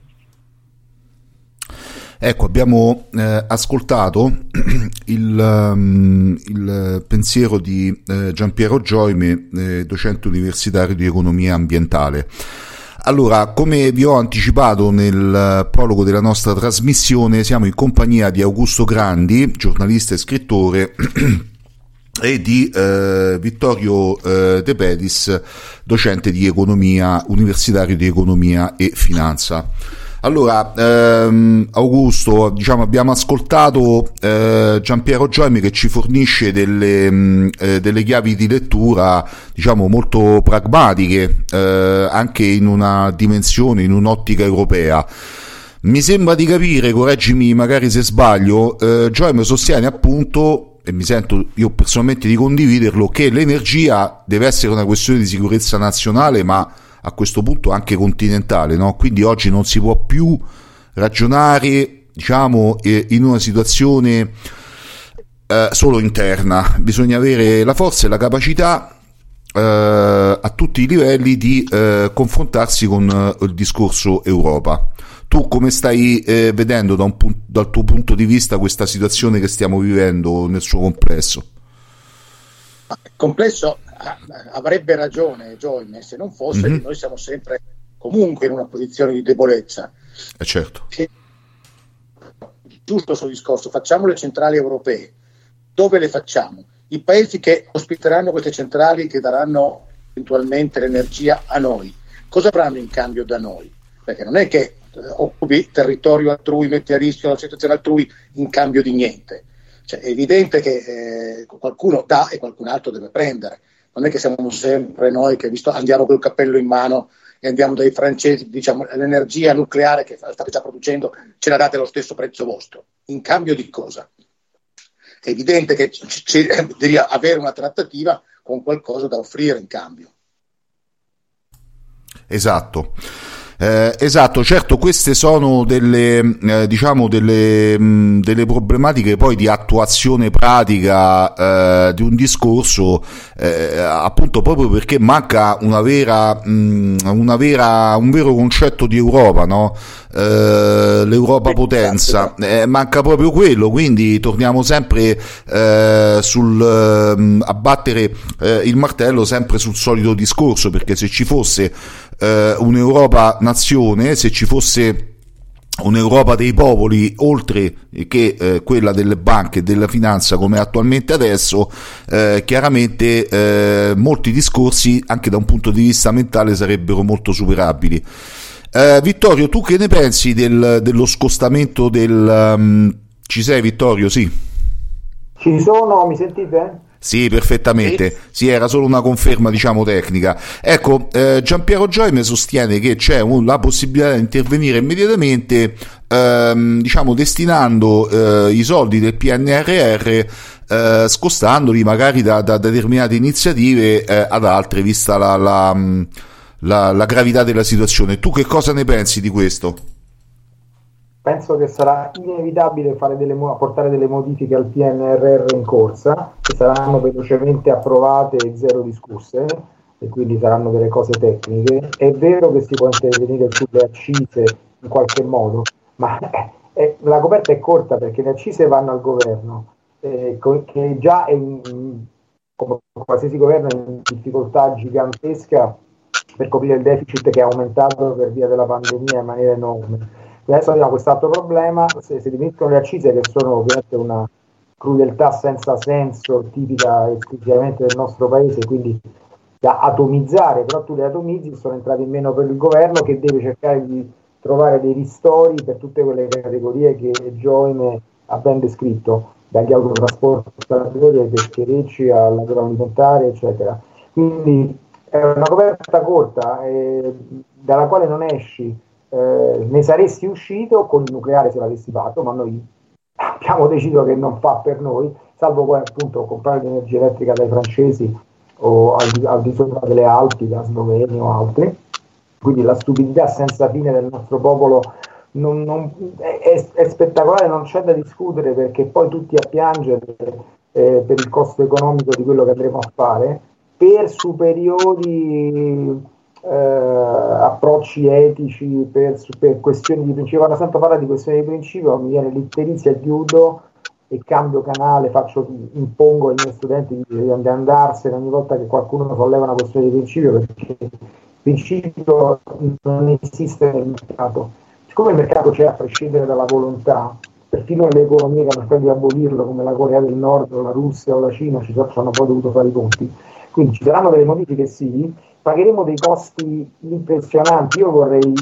B: Ecco, abbiamo ascoltato il pensiero di Giampiero Gioime, docente universitario di economia ambientale. Allora, come vi ho anticipato nel prologo della nostra trasmissione, siamo in compagnia di Augusto Grandi, giornalista e scrittore, e di Vittorio De Pedis, docente di economia, universitario di economia e finanza. Allora, Augusto, diciamo, abbiamo ascoltato Giampiero Gioime che ci fornisce delle chiavi di lettura, diciamo, molto pragmatiche, anche in una dimensione, in un'ottica europea. Mi sembra di capire, correggimi magari se sbaglio, Gioime sostiene appunto, e mi sento io personalmente di condividerlo, che l'energia deve essere una questione di sicurezza nazionale, ma a questo punto anche continentale, no? Quindi oggi non si può più ragionare, diciamo, in una situazione solo interna. Bisogna avere la forza e la capacità a tutti i livelli di confrontarsi con il discorso Europa. Tu come stai vedendo dal tuo punto di vista questa situazione che stiamo vivendo nel suo complesso?
D: Complesso, avrebbe ragione Gioime se non fosse che noi siamo sempre comunque in una posizione di debolezza.
B: Certo.
D: Giusto il suo discorso, facciamo le centrali europee. Dove le facciamo? I paesi che ospiteranno queste centrali, che daranno eventualmente l'energia a noi, cosa avranno in cambio da noi? Perché non è che occupi territorio altrui, metti a rischio la situazione altrui in cambio di niente. Cioè, è evidente che qualcuno dà e qualcun altro deve prendere. Non è che siamo sempre noi che andiamo col cappello in mano e andiamo dai francesi, diciamo, l'energia nucleare che state già producendo ce la date allo stesso prezzo vostro. In cambio di cosa? È evidente che devi avere una trattativa con qualcosa da offrire in cambio.
B: Esatto. Esatto, certo, queste sono delle problematiche poi di attuazione pratica di un discorso, appunto proprio perché manca un vero concetto di Europa, no? L'Europa potenza, manca proprio quello, quindi torniamo sempre a battere il martello sempre sul solito discorso, perché se ci fosse un'Europa nazione, se ci fosse un'Europa dei popoli oltre che quella delle banche e della finanza come attualmente adesso, chiaramente molti discorsi anche da un punto di vista mentale sarebbero molto superabili. Vittorio, tu che ne pensi dello scostamento ci sei, Vittorio? Sì.
E: Ci sono, mi sentite?
B: Sì, perfettamente. Sì, era solo una conferma, diciamo, tecnica. Ecco, Giampiero Joime sostiene che c'è la possibilità di intervenire immediatamente, diciamo, destinando i soldi del PNRR, scostandoli magari da determinate iniziative ad altre, vista la gravità della situazione. Tu che cosa ne pensi di questo?
E: Penso che sarà inevitabile apportare delle modifiche al PNRR in corsa, che saranno velocemente approvate e zero discusse, e quindi saranno delle cose tecniche. È vero che si può intervenire sulle accise in qualche modo, ma la coperta è corta, perché le accise vanno al governo, che già è come qualsiasi governo è in difficoltà gigantesca per coprire il deficit che è aumentato per via della pandemia in maniera enorme. Adesso abbiamo quest'altro problema: se si diminuiscono le accise, che sono ovviamente una crudeltà senza senso, tipica esclusivamente del nostro paese, quindi da atomizzare, però tu le atomizzi, sono entrati in meno per il governo, che deve cercare di trovare dei ristori per tutte quelle categorie che Joime ha ben descritto, dagli autotrasportatori ai pescherecci all'agroalimentare, eccetera. Quindi è una coperta corta dalla quale non esci. Ne saresti uscito con il nucleare se l'avessi fatto, ma noi abbiamo deciso che non fa per noi, salvo poi appunto comprare l'energia elettrica dai francesi o al di sopra delle Alpi, da Slovenia o altri. Quindi la stupidità senza fine del nostro popolo è spettacolare, non c'è da discutere, perché poi tutti a piangere per il costo economico di quello che andremo a fare, per superiori approcci etici, per questioni di principio. Quando sento parlare di questioni di principio mi viene l'itterizia, chiudo e cambio canale, impongo ai miei studenti di andarsene ogni volta che qualcuno solleva una questione di principio, perché il principio non esiste nel mercato. Siccome il mercato c'è a prescindere dalla volontà, perfino le economie che hanno cercato di abolirlo, come la Corea del Nord o la Russia o la Cina, hanno poi dovuto fare i conti. Quindi ci saranno delle modifiche, sì, pagheremo dei costi impressionanti. Io vorrei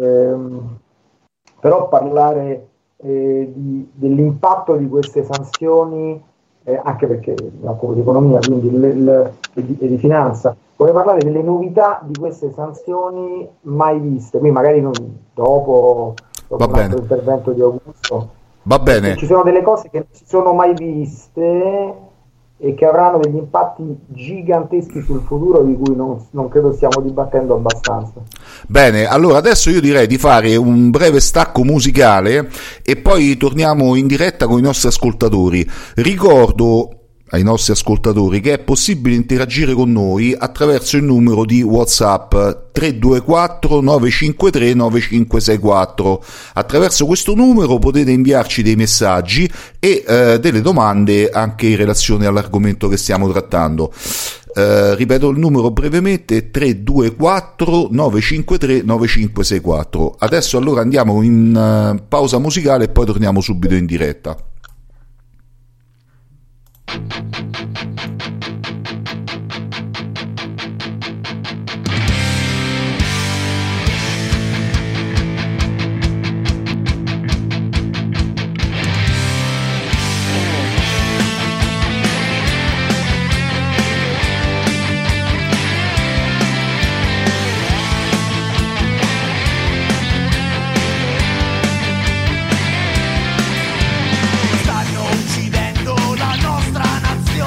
E: però parlare dell'impatto di queste sanzioni, anche perché mi occupo di economia, quindi e di finanza. Vorrei parlare delle novità di queste sanzioni mai viste, quindi magari dopo l'intervento di Augusto.
B: Va bene.
E: Ci sono delle cose che non si sono mai viste e che avranno degli impatti giganteschi sul futuro, di cui non credo stiamo dibattendo abbastanza.
B: Bene, allora adesso io direi di fare un breve stacco musicale e poi torniamo in diretta con i nostri ascoltatori. Ricordo ai nostri ascoltatori che è possibile interagire con noi attraverso il numero di WhatsApp 324 953 9564. Attraverso questo numero potete inviarci dei messaggi e delle domande anche in relazione all'argomento che stiamo trattando. Ripeto il numero brevemente: 324 953 9564. Adesso allora andiamo in pausa musicale e poi torniamo subito in diretta.
F: Stanno uccidendo la nostra nazione.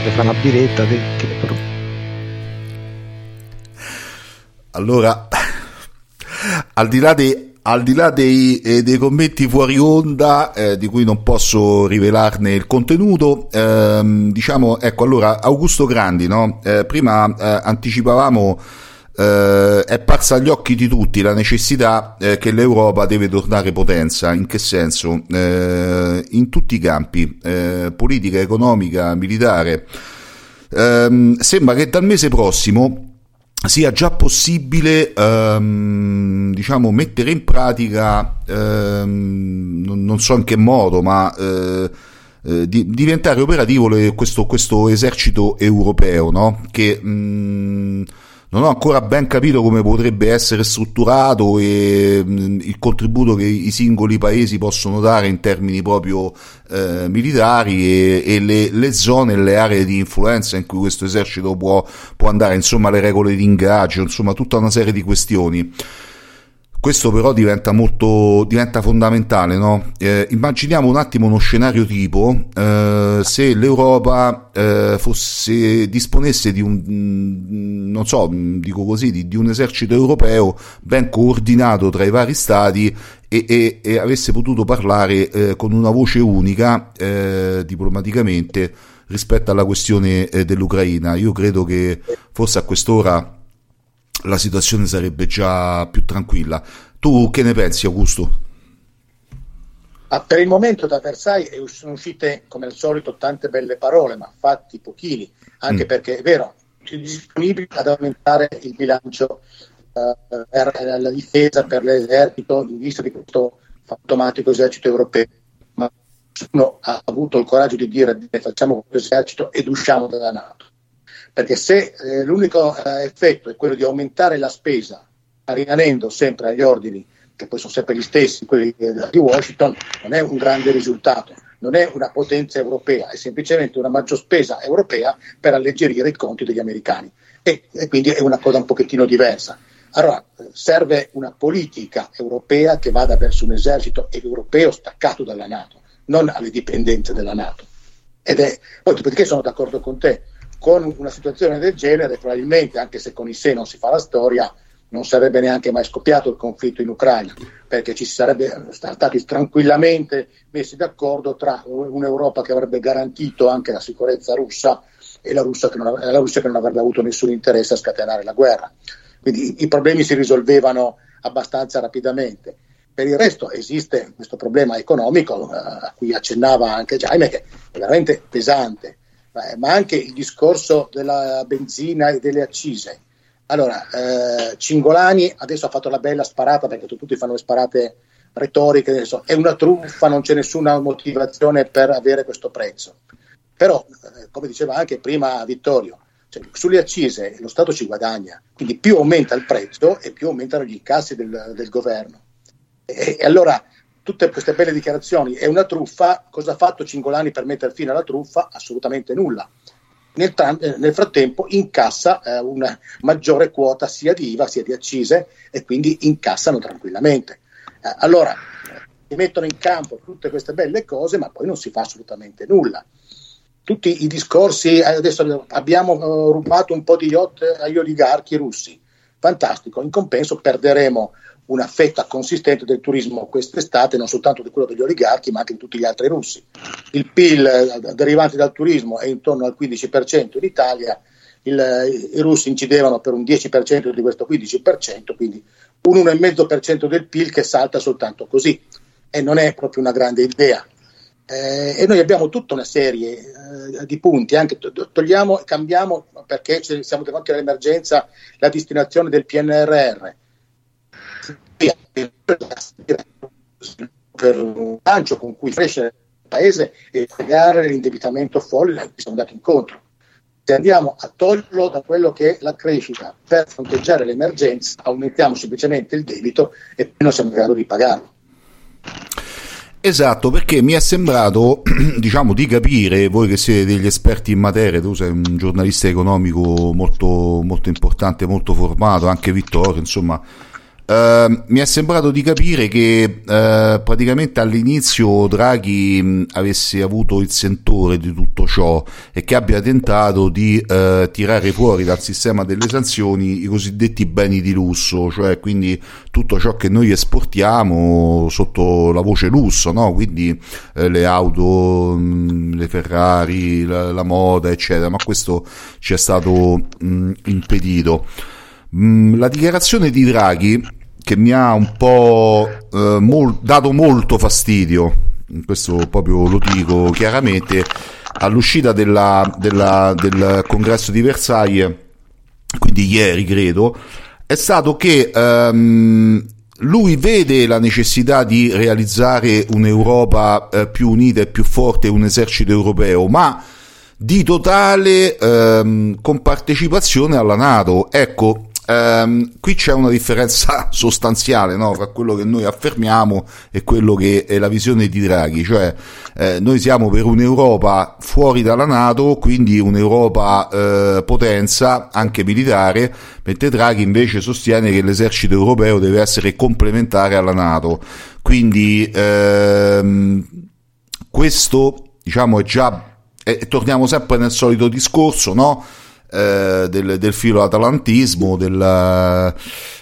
F: quando fa una biretta
B: Allora, al di là dei commenti fuori onda, di cui non posso rivelarne il contenuto, diciamo, ecco, allora, Augusto Grandi, no? Prima anticipavamo, è parsa agli occhi di tutti la necessità che l'Europa deve tornare potenza. In che senso? In tutti i campi, politica, economica, militare. Sembra che dal mese prossimo sia già possibile diciamo mettere in pratica, non so in che modo, ma diventare operativo questo esercito europeo, no? Che non ho ancora ben capito come potrebbe essere strutturato e il contributo che i singoli paesi possono dare in termini proprio militari e le zone e le aree di influenza in cui questo esercito può andare, insomma le regole di ingaggio, insomma tutta una serie di questioni. Questo però diventa fondamentale, no? Immaginiamo un attimo uno scenario tipo, se l'Europa disponesse di non so, dico così, di un esercito europeo ben coordinato tra i vari stati e avesse potuto parlare con una voce unica diplomaticamente rispetto alla questione dell'Ucraina. Io credo che forse a quest'ora la situazione sarebbe già più tranquilla. Tu che ne pensi, Augusto?
D: Per il momento da Versailles sono uscite come al solito tante belle parole, ma fatti pochini, anche perché è vero, si è disponibili ad aumentare il bilancio per la difesa, per l'esercito, in vista di questo fantomatico esercito europeo, ma nessuno ha avuto il coraggio di dire facciamo questo esercito ed usciamo dalla NATO. Perché se l'unico effetto è quello di aumentare la spesa, rimanendo sempre agli ordini, che poi sono sempre gli stessi, quelli di Washington, non è un grande risultato, non è una potenza europea, è semplicemente una maggior spesa europea per alleggerire i conti degli americani. E quindi è una cosa un pochettino diversa. Allora serve una politica europea che vada verso un esercito europeo staccato dalla NATO, non alle dipendenze della NATO. Poi perché sono d'accordo con te? Con una situazione del genere, probabilmente, anche se con i sé non si fa la storia, non sarebbe neanche mai scoppiato il conflitto in Ucraina, perché ci si sarebbe stati tranquillamente messi d'accordo tra un'Europa che avrebbe garantito anche la sicurezza russa e la Russia che non avrebbe avuto nessun interesse a scatenare la guerra. Quindi i problemi si risolvevano abbastanza rapidamente. Per il resto esiste questo problema economico a cui accennava anche Jaime, che è veramente pesante. Ma anche il discorso della benzina e delle accise. Allora, Cingolani adesso ha fatto la bella sparata, perché tutti fanno le sparate retoriche, adesso è una truffa, non c'è nessuna motivazione per avere questo prezzo. Però, come diceva anche prima Vittorio, cioè, sulle accise lo Stato ci guadagna, quindi più aumenta il prezzo e più aumentano gli incassi del governo. E allora tutte queste belle dichiarazioni, è una truffa, cosa ha fatto Cingolani per mettere fine alla truffa? Assolutamente nulla. Nel frattempo incassa una maggiore quota sia di IVA sia di accise e quindi incassano tranquillamente. Allora si mettono in campo tutte queste belle cose, ma poi non si fa assolutamente nulla. Tutti i discorsi, adesso abbiamo rubato un po' di yacht agli oligarchi russi, fantastico, in compenso perderemo una fetta consistente del turismo quest'estate, non soltanto di quello degli oligarchi ma anche di tutti gli altri russi. Il PIL derivante dal turismo è intorno al 15% in Italia, i russi incidevano per un 10% di questo 15%, quindi un 1,5% del PIL che salta soltanto così, e non è proprio una grande idea. E noi abbiamo tutta una serie di punti, anche togliamo e cambiamo, perché siamo davanti all'emergenza, la destinazione del PNRR per un lancio con cui crescere il paese e pagare l'indebitamento folle a cui siamo andati incontro. Se andiamo a toglierlo da quello che è la crescita per fronteggiare l'emergenza, aumentiamo semplicemente il debito e poi non siamo in grado di pagarlo.
B: Esatto, perché mi è sembrato, diciamo, di capire, voi che siete degli esperti in materia, tu sei un giornalista economico molto, molto importante, molto formato, anche Vittorio, insomma, mi è sembrato di capire che praticamente all'inizio Draghi avesse avuto il sentore di tutto ciò e che abbia tentato di tirare fuori dal sistema delle sanzioni i cosiddetti beni di lusso, cioè quindi tutto ciò che noi esportiamo sotto la voce lusso, no? Quindi le auto, le Ferrari, la moda, eccetera, ma questo ci è stato impedito. La dichiarazione di Draghi, che mi ha un po' dato molto fastidio, questo proprio lo dico chiaramente, all'uscita del congresso di Versailles, quindi ieri credo, è stato che lui vede la necessità di realizzare un'Europa più unita e più forte, un esercito europeo, ma di totale compartecipazione alla NATO. Ecco, qui c'è una differenza sostanziale, no, fra quello che noi affermiamo e quello che è la visione di Draghi, cioè noi siamo per un'Europa fuori dalla NATO, quindi un'Europa potenza anche militare, mentre Draghi invece sostiene che l'esercito europeo deve essere complementare alla NATO. Quindi questo, diciamo, è già torniamo sempre nel solito discorso, no? Del filo atalantismo, della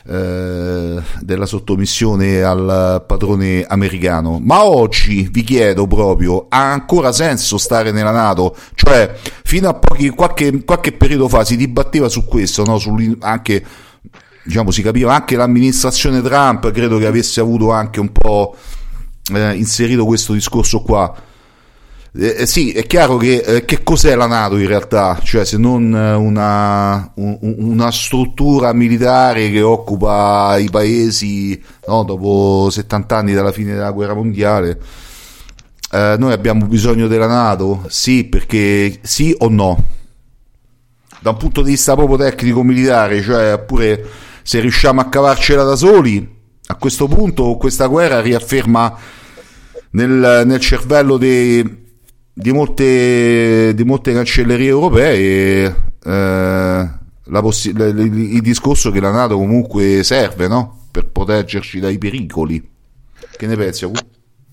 B: sottomissione al padrone americano. Ma oggi vi chiedo proprio, ha ancora senso stare nella NATO? Cioè, fino a qualche periodo fa si dibatteva su questo, no? Anche, diciamo, si capiva, anche l'amministrazione Trump credo che avesse avuto anche un po' inserito questo discorso qua. Sì, è chiaro che cos'è la NATO in realtà, cioè se non una struttura militare che occupa i paesi, no, dopo 70 anni dalla fine della guerra mondiale. Noi abbiamo bisogno della NATO? Sì, perché sì o no? Da un punto di vista proprio tecnico-militare, cioè pure se riusciamo a cavarcela da soli, a questo punto questa guerra riafferma nel cervello di molte cancellerie europee il discorso che la NATO comunque serve, no? Per proteggerci dai pericoli. Che ne pensi, Agu?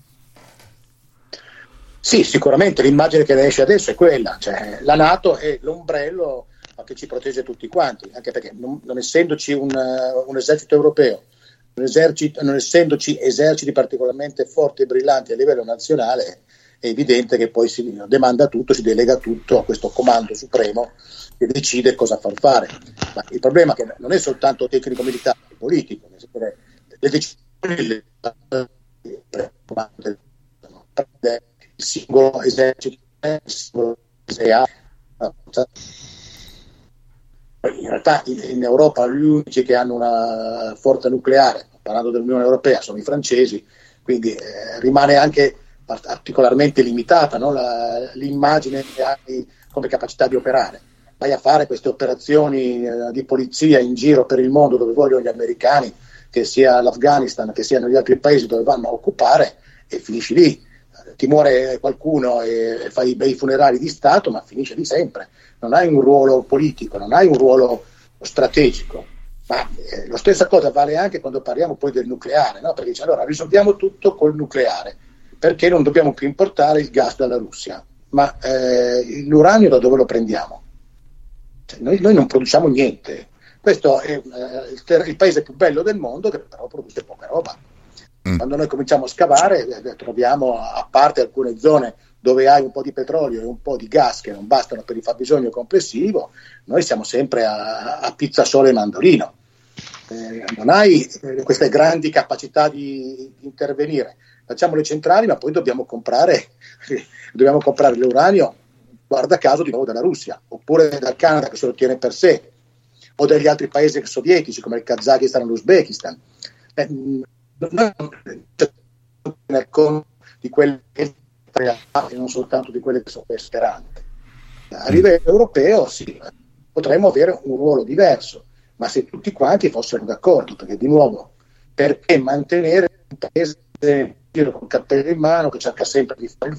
D: Sì, sicuramente l'immagine che ne esce adesso è quella, cioè la NATO è l'ombrello che ci protegge tutti quanti, anche perché non essendoci un esercito europeo, non essendoci eserciti particolarmente forti e brillanti a livello nazionale, è evidente che poi si demanda tutto, si delega tutto a questo comando supremo che decide cosa far fare. Ma il problema è che non è soltanto tecnico-militare, è politico. Le decisioni prende il singolo esercito, il singolo EA. In realtà in Europa gli unici che hanno una forza nucleare, parlando dell'Unione Europea, sono i francesi, quindi rimane anche particolarmente limitata, no? L'immagine che hai come capacità di operare. Vai a fare queste operazioni di polizia in giro per il mondo dove vogliono gli americani, che sia l'Afghanistan, che siano gli altri paesi dove vanno a occupare, e finisci lì. Ti muore qualcuno e fai i bei funerali di Stato, ma finisce lì sempre. Non hai un ruolo politico, non hai un ruolo strategico. Ma la stessa cosa vale anche quando parliamo poi del nucleare, no? Perché dice, allora risolviamo tutto col nucleare, perché non dobbiamo più importare il gas dalla Russia. Ma l'uranio da dove lo prendiamo? Cioè, noi non produciamo niente. Questo è il paese più bello del mondo, che però produce poca roba. Quando noi cominciamo a scavare troviamo, a parte alcune zone dove hai un po' di petrolio e un po' di gas che non bastano per il fabbisogno complessivo, noi siamo sempre a pizza, sole e mandolino. Non hai queste grandi capacità di intervenire. Facciamo le centrali, ma poi dobbiamo comprare l'uranio, guarda caso, di nuovo dalla Russia, oppure dal Canada che se lo tiene per sé, o dagli altri paesi sovietici come il Kazakistan o l'Uzbekistan. Nel conto di quelle che e non soltanto di quelle che sono speranze. A livello europeo sì, potremmo avere un ruolo diverso, ma se tutti quanti fossero d'accordo, perché di nuovo, perché mantenere un paese con il cappello in mano che cerca sempre di fare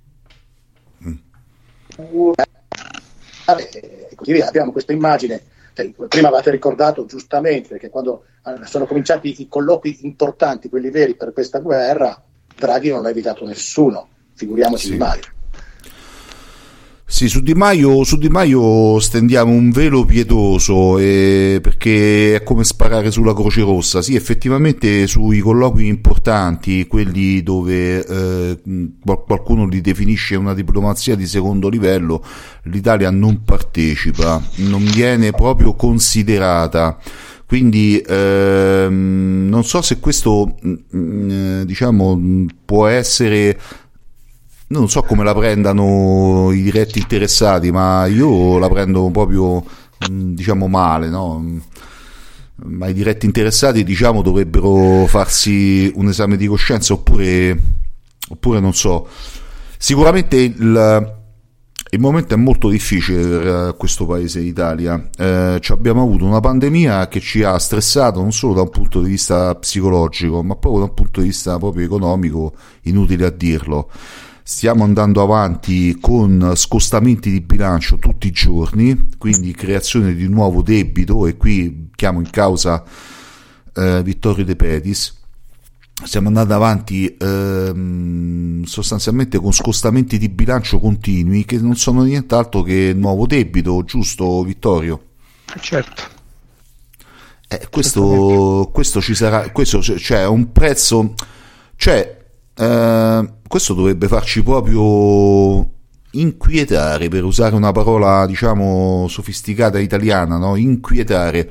D: e così via. Abbiamo questa immagine Prima avete ricordato giustamente che quando sono cominciati i colloqui importanti, quelli veri per questa guerra, Draghi non ha evitato nessuno, figuriamoci Di Maio.
B: Sì, su Di Maio stendiamo un velo pietoso, perché è come sparare sulla Croce Rossa. Sì, effettivamente sui colloqui importanti, quelli dove qualcuno li definisce una diplomazia di secondo livello, l'Italia non partecipa, non viene proprio considerata. Quindi non so se questo diciamo può essere, non so come la prendano i diretti interessati, ma io la prendo proprio diciamo male, no? Ma i diretti interessati diciamo dovrebbero farsi un esame di coscienza, oppure non so. Sicuramente il momento è molto difficile per questo paese Italia. Abbiamo avuto una pandemia che ci ha stressato non solo da un punto di vista psicologico, ma proprio da un punto di vista proprio economico, inutile a dirlo. Stiamo andando avanti con scostamenti di bilancio tutti i giorni, quindi creazione di nuovo debito, e qui chiamo in causa Vittorio De Pedis. Stiamo andando avanti sostanzialmente con scostamenti di bilancio continui che non sono nient'altro che nuovo debito, giusto Vittorio?
F: Certo.
B: Questo ci sarà, questo c'è un prezzo, questo dovrebbe farci proprio inquietare, per usare una parola diciamo sofisticata italiana, no? Inquietare.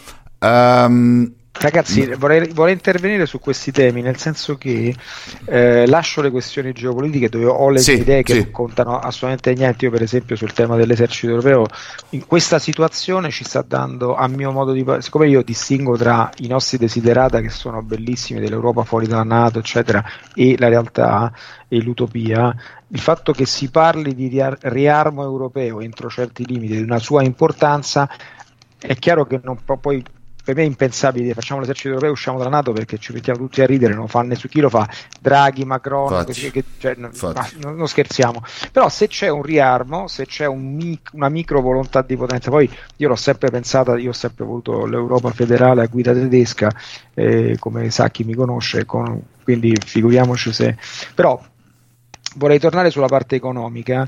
F: Ragazzi, vorrei intervenire su questi temi, nel senso che lascio le questioni geopolitiche dove ho le mie idee che non contano assolutamente niente. Io per esempio sul tema dell'esercito europeo, in questa situazione ci sta dando, a mio modo di parlare, siccome io distingo tra i nostri desiderata che sono bellissimi dell'Europa fuori dalla NATO eccetera e la realtà e l'utopia, il fatto che si parli di riarmo europeo entro certi limiti, di una sua importanza, è chiaro che non può poi. Per me è impensabile, facciamo l'esercito europeo, usciamo dalla NATO, perché ci mettiamo tutti a ridere, non fa nessuno, chi lo fa? Draghi, Macron, non scherziamo. Però se c'è un riarmo, se c'è una micro volontà di potenza, poi io l'ho sempre pensata, io ho sempre voluto l'Europa federale a guida tedesca, come sa chi mi conosce, quindi figuriamoci se. Però vorrei tornare sulla parte economica,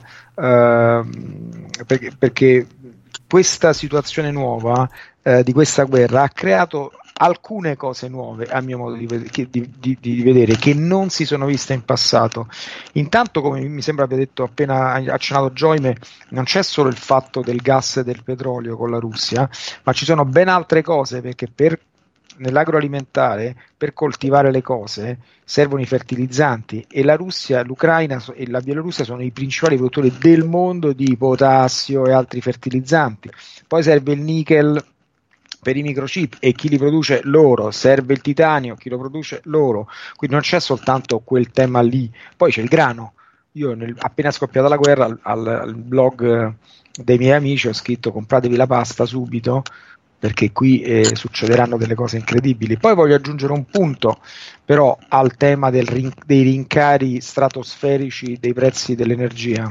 F: perché questa situazione nuova di questa guerra ha creato alcune cose nuove, a mio modo di vedere, che non si sono viste in passato. Intanto, come mi sembra abbia detto appena accennato Gioime, non c'è solo il fatto del gas e del petrolio con la Russia, ma ci sono ben altre cose, perché nell'agroalimentare, per coltivare le cose servono i fertilizzanti, e la Russia, l'Ucraina e la Bielorussia sono i principali produttori del mondo di potassio e altri fertilizzanti. Poi serve il nickel per i microchip, e chi li produce? Loro. Serve il titanio, chi lo produce? Loro. Quindi non c'è soltanto quel tema lì, poi c'è il grano. Io appena scoppiata la guerra al blog dei miei amici ho scritto: compratevi la pasta subito, perché qui succederanno delle cose incredibili. Poi voglio aggiungere un punto però al tema dei rincari stratosferici dei prezzi dell'energia,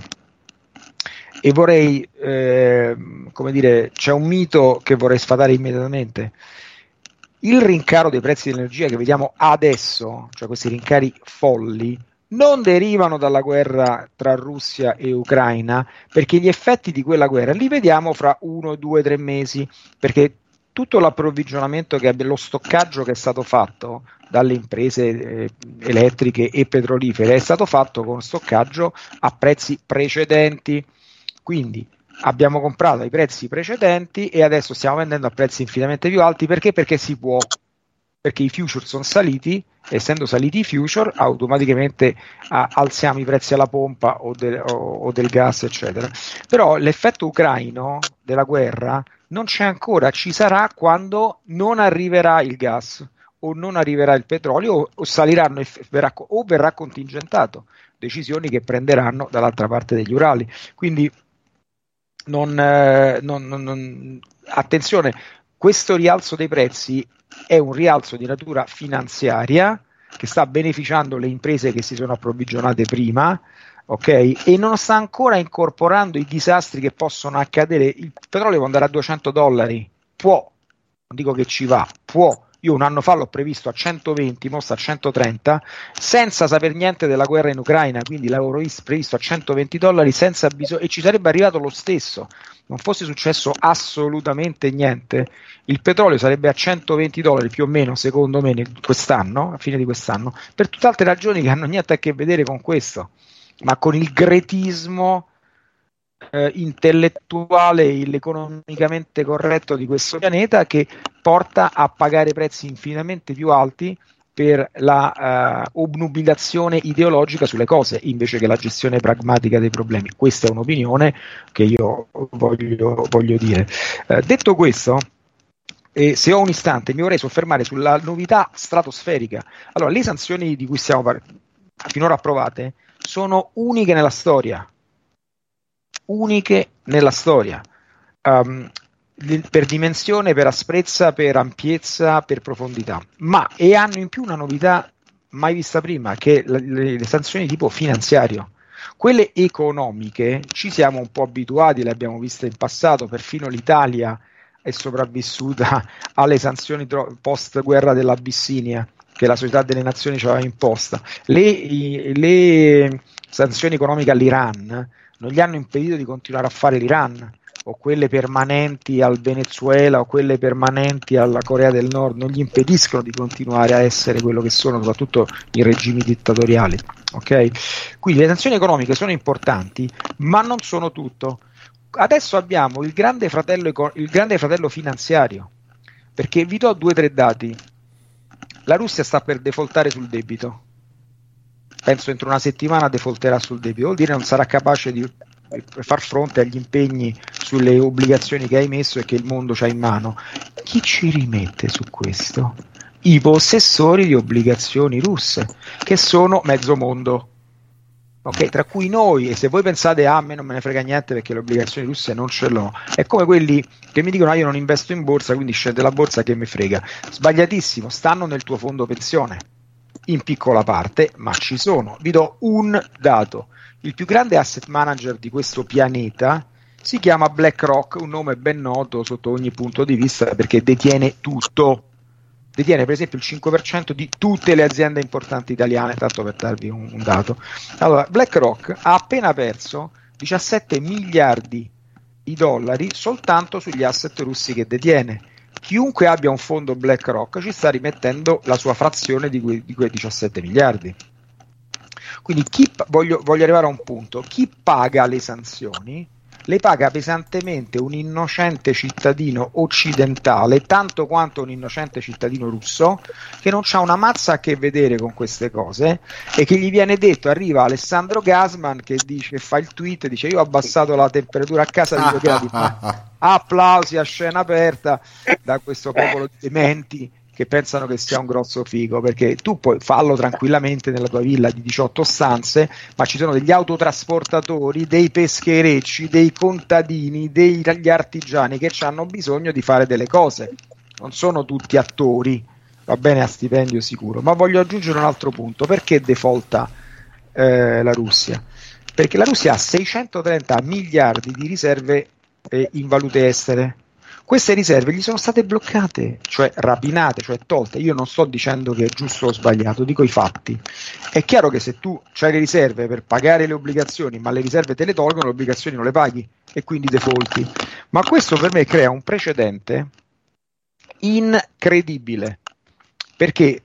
F: e vorrei c'è un mito che vorrei sfatare immediatamente. Il rincaro dei prezzi dell'energia che vediamo adesso, cioè questi rincari folli, non derivano dalla guerra tra Russia e Ucraina, perché gli effetti di quella guerra li vediamo fra 1, 2, 3 mesi, perché tutto l'approvvigionamento, lo stoccaggio che è stato fatto dalle imprese elettriche e petrolifere è stato fatto con stoccaggio a prezzi precedenti. Quindi abbiamo comprato ai prezzi precedenti e adesso stiamo vendendo a prezzi infinitamente più alti. Perché? Perché si può, perché i future sono saliti, essendo saliti i future automaticamente alziamo i prezzi alla pompa o del gas eccetera. Però l'effetto ucraino della guerra non c'è ancora, ci sarà quando non arriverà il gas o non arriverà il petrolio, o saliranno o verrà contingentato, decisioni che prenderanno dall'altra parte degli Urali. Quindi attenzione, questo rialzo dei prezzi è un rialzo di natura finanziaria che sta beneficiando le imprese che si sono approvvigionate prima, ok? E non sta ancora incorporando i disastri che possono accadere. Il petrolio può andare a $200 può, non dico che ci va, può. Io un anno fa l'ho previsto a 120, mo sta a 130, senza saper niente della guerra in Ucraina, quindi l'avevo previsto a $120 senza bisogno, e ci sarebbe arrivato lo stesso. Non fosse successo assolutamente niente, il petrolio sarebbe a $120 più o meno, secondo me, quest'anno, a fine di quest'anno, per tutte altre ragioni che hanno niente a che vedere con questo, ma con il gretismo intellettuale e economicamente corretto di questo pianeta, che porta a pagare prezzi infinitamente più alti per la obnubilazione ideologica sulle cose invece che la gestione pragmatica dei problemi. Questa è un'opinione che io voglio dire. Detto questo, se ho un istante mi vorrei soffermare sulla novità stratosferica. Allora, le sanzioni di cui stiamo finora approvate sono uniche nella storia, per dimensione, per asprezza, per ampiezza, per profondità, e hanno in più una novità mai vista prima, che le sanzioni tipo finanziario. Quelle economiche ci siamo un po' abituati, le abbiamo viste in passato, perfino l'Italia è sopravvissuta alle sanzioni post guerra dell'Abissinia che la Società delle Nazioni ci aveva imposta. Le sanzioni economiche all'Iran non gli hanno impedito di continuare a fare l'Iran, o quelle permanenti al Venezuela, o quelle permanenti alla Corea del Nord, non gli impediscono di continuare a essere quello che sono, soprattutto i regimi dittatoriali. Okay? Quindi le sanzioni economiche sono importanti, ma non sono tutto. Adesso abbiamo il grande fratello finanziario, perché vi do 2 o 3 dati. La Russia sta per defaultare sul debito. Penso entro una settimana defaulterà sul debito, vuol dire non sarà capace di far fronte agli impegni sulle obbligazioni che ha emesso e che il mondo c'ha in mano. Chi ci rimette su questo? I possessori di obbligazioni russe, che sono mezzo mondo, okay? Tra cui noi. E se voi pensate a me non me ne frega niente perché le obbligazioni russe non ce l'ho, è come quelli che mi dicono io non investo in borsa, quindi scende la borsa, che mi frega. Sbagliatissimo, stanno nel tuo fondo pensione in piccola parte, ma ci sono. Vi do un dato: il più grande asset manager di questo pianeta si chiama BlackRock, un nome ben noto sotto ogni punto di vista, perché detiene tutto. Detiene per esempio il 5% di tutte le aziende importanti italiane, tanto per darvi un dato. Allora, BlackRock ha appena perso 17 miliardi di dollari soltanto sugli asset russi che detiene. Chiunque abbia un fondo BlackRock ci sta rimettendo la sua frazione di quei 17 miliardi. Quindi voglio arrivare a un punto: chi paga le sanzioni le paga pesantemente un innocente cittadino occidentale, tanto quanto un innocente cittadino russo, che non c'ha una mazza a che vedere con queste cose, e che gli viene detto, arriva Alessandro Gasman che fa il tweet, dice io ho abbassato la temperatura a casa di 2 gradi, applausi a scena aperta da questo popolo di dementi che pensano che sia un grosso figo, perché tu puoi farlo tranquillamente nella tua villa di 18 stanze, ma ci sono degli autotrasportatori, dei pescherecci, dei contadini, degli artigiani che hanno bisogno di fare delle cose, non sono tutti attori, va bene, a stipendio sicuro. Ma voglio aggiungere un altro punto: perché defaulta la Russia? Perché la Russia ha 630 miliardi di riserve in valute estere. Queste riserve gli sono state bloccate, cioè rapinate, cioè tolte. Io non sto dicendo che è giusto o sbagliato, dico i fatti. È chiaro che se tu c'hai le riserve per pagare le obbligazioni, ma le riserve te le tolgono, le obbligazioni non le paghi e quindi defaulti. Ma questo per me crea un precedente incredibile, perché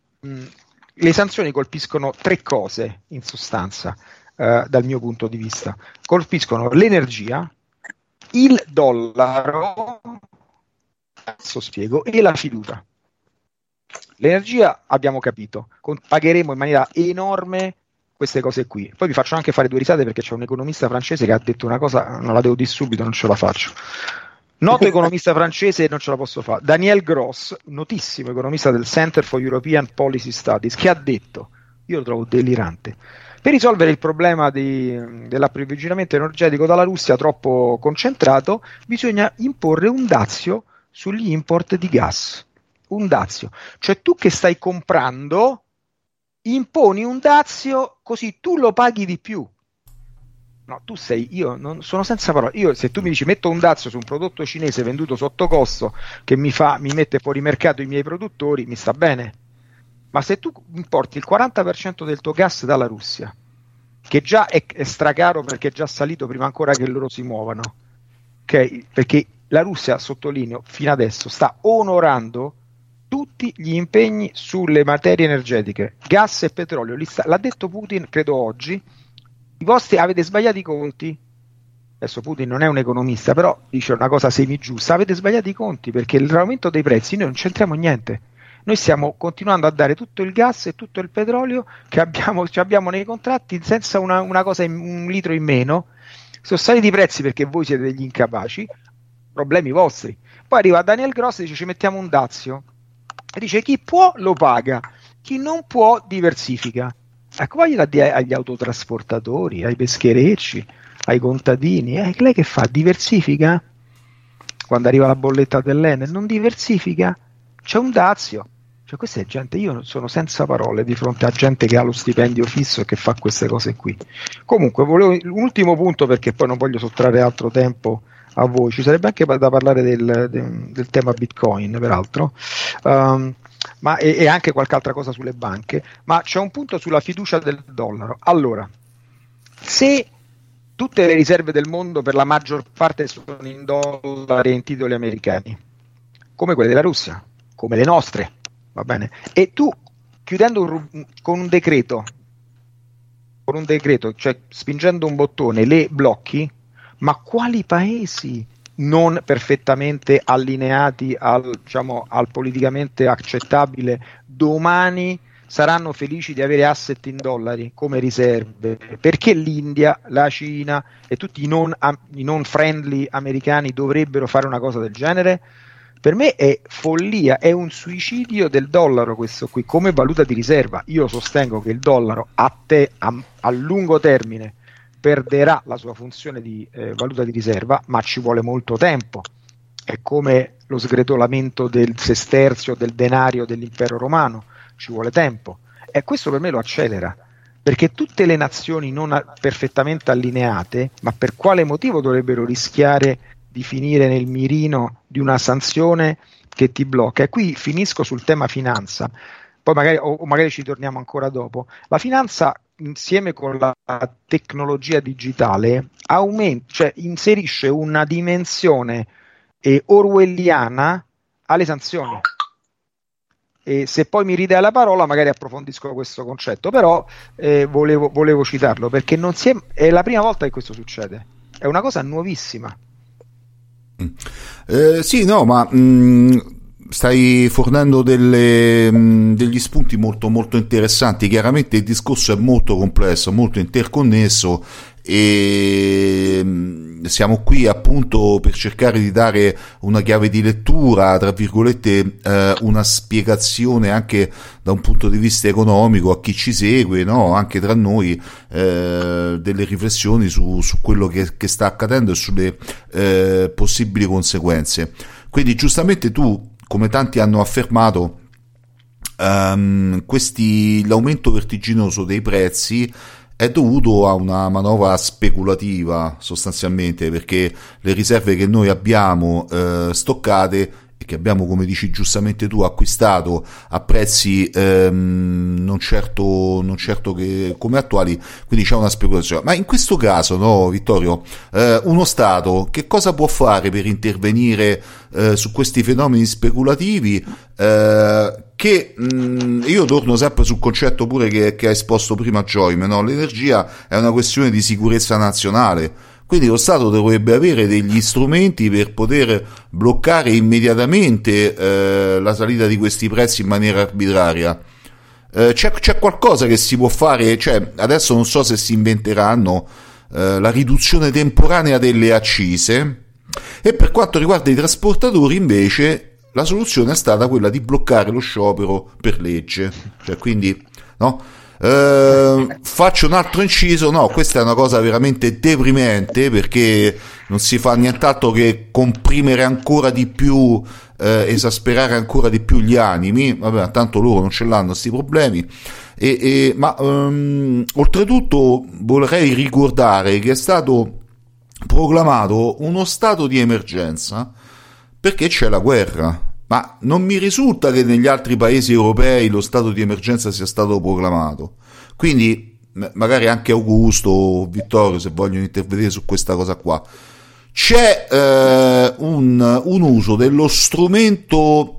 F: le sanzioni colpiscono 3 cose in sostanza, dal mio punto di vista. Colpiscono l'energia, il dollaro, adesso spiego, e la fiducia. L'energia abbiamo capito, pagheremo in maniera enorme queste cose qui. Poi vi faccio anche fare 2 risate, perché c'è un economista francese che ha detto una cosa, non la devo dire subito, non ce la faccio. Noto economista francese, non ce la posso fare, Daniel Gross, notissimo economista del Center for European Policy Studies, che ha detto, io lo trovo delirante: per risolvere il problema dell'approvvigionamento energetico dalla Russia troppo concentrato, bisogna imporre un dazio sugli import di gas. Un dazio. Cioè tu che stai comprando imponi un dazio, così tu lo paghi di più. No, io non sono senza parole. Io, se tu mi dici metto un dazio su un prodotto cinese venduto sotto costo che mi mette fuori mercato i miei produttori, mi sta bene. Ma se tu importi il 40% del tuo gas dalla Russia, che già è stracaro perché è già salito prima ancora che loro si muovano, ok? Perché la Russia, sottolineo, fino adesso sta onorando tutti gli impegni sulle materie energetiche, gas e petrolio. L'ha detto Putin, credo oggi. I vostri avete sbagliato i conti. Adesso Putin non è un economista, però dice una cosa semi giusta: avete sbagliato i conti, perché l'aumento dei prezzi noi non c'entriamo niente. Noi stiamo continuando a dare tutto il gas e tutto il petrolio che abbiamo nei contratti, senza una cosa, un litro in meno. Sono saliti i prezzi perché voi siete degli incapaci, problemi vostri. Poi arriva Daniel Gross e dice: ci mettiamo un dazio, e dice: chi può lo paga, chi non può diversifica. Ecco, voglio agli autotrasportatori, ai pescherecci, ai contadini. Lei che fa? Diversifica? Quando arriva la bolletta dell'Enel, non diversifica? C'è un dazio. Cioè, questa è gente, io sono senza parole di fronte a gente che ha lo stipendio fisso e che fa queste cose qui. Comunque, volevo un ultimo punto, perché poi non voglio sottrarre altro tempo a voi. Ci sarebbe anche da parlare del tema Bitcoin, peraltro. Ma e anche qualche altra cosa sulle banche, ma c'è un punto sulla fiducia del dollaro. Allora, se tutte le riserve del mondo per la maggior parte sono in dollari e in titoli americani, come quelle della Russia, come le nostre, va bene? E tu, chiudendo con un decreto, cioè spingendo un bottone, le blocchi, ma quali paesi non perfettamente allineati al politicamente accettabile domani saranno felici di avere asset in dollari come riserve? Perché l'India, la Cina e tutti i non friendly americani dovrebbero fare una cosa del genere? Per me è follia, è un suicidio del dollaro questo qui come valuta di riserva. Io sostengo che il dollaro a lungo termine perderà la sua funzione di valuta di riserva, ma ci vuole molto tempo. È come lo sgretolamento del sesterzio, del denario dell'impero romano, ci vuole tempo. E questo per me lo accelera, perché tutte le nazioni non perfettamente allineate, ma per quale motivo dovrebbero rischiare di finire nel mirino di una sanzione che ti blocca? E qui finisco sul tema finanza, poi magari ci torniamo ancora dopo. La finanza, insieme con la tecnologia digitale, inserisce una dimensione orwelliana alle sanzioni. E se poi mi ridai la parola magari approfondisco questo concetto, però volevo citarlo, perché è la prima volta che questo succede, è una cosa nuovissima.
B: Sì, no, ma stai fornendo degli spunti molto molto interessanti. Chiaramente il discorso è molto complesso, molto interconnesso, e siamo qui appunto per cercare di dare una chiave di lettura, tra virgolette, una spiegazione anche da un punto di vista economico a chi ci segue, no? Anche tra noi, delle riflessioni su quello che sta accadendo e sulle possibili conseguenze. Quindi giustamente tu, come tanti hanno affermato, l'aumento vertiginoso dei prezzi è dovuto a una manovra speculativa, sostanzialmente, perché le riserve che noi abbiamo stoccate e che abbiamo, come dici giustamente tu, acquistato a prezzi non certo che come attuali, quindi c'è una speculazione. Ma in questo caso, no, Vittorio, uno Stato che cosa può fare per intervenire su questi fenomeni speculativi? Che io torno sempre sul concetto pure che ha esposto prima Joyme, no? L'energia è una questione di sicurezza nazionale, quindi lo Stato dovrebbe avere degli strumenti per poter bloccare immediatamente la salita di questi prezzi in maniera arbitraria. C'è qualcosa che si può fare? Cioè, adesso non so se si inventeranno la riduzione temporanea delle accise, e per quanto riguarda i trasportatori invece la soluzione è stata quella di bloccare lo sciopero per legge. Cioè, quindi, no? Faccio un altro inciso. No, questa è una cosa veramente deprimente, perché non si fa nient'altro che comprimere ancora di più, esasperare ancora di più gli animi. Vabbè, tanto loro non ce l'hanno sti problemi. Ma oltretutto vorrei ricordare che è stato proclamato uno stato di emergenza perché c'è la guerra, ma non mi risulta che negli altri paesi europei lo stato di emergenza sia stato proclamato. Quindi magari anche Augusto o Vittorio, se vogliono intervenire su questa cosa qua, c'è un uso dello strumento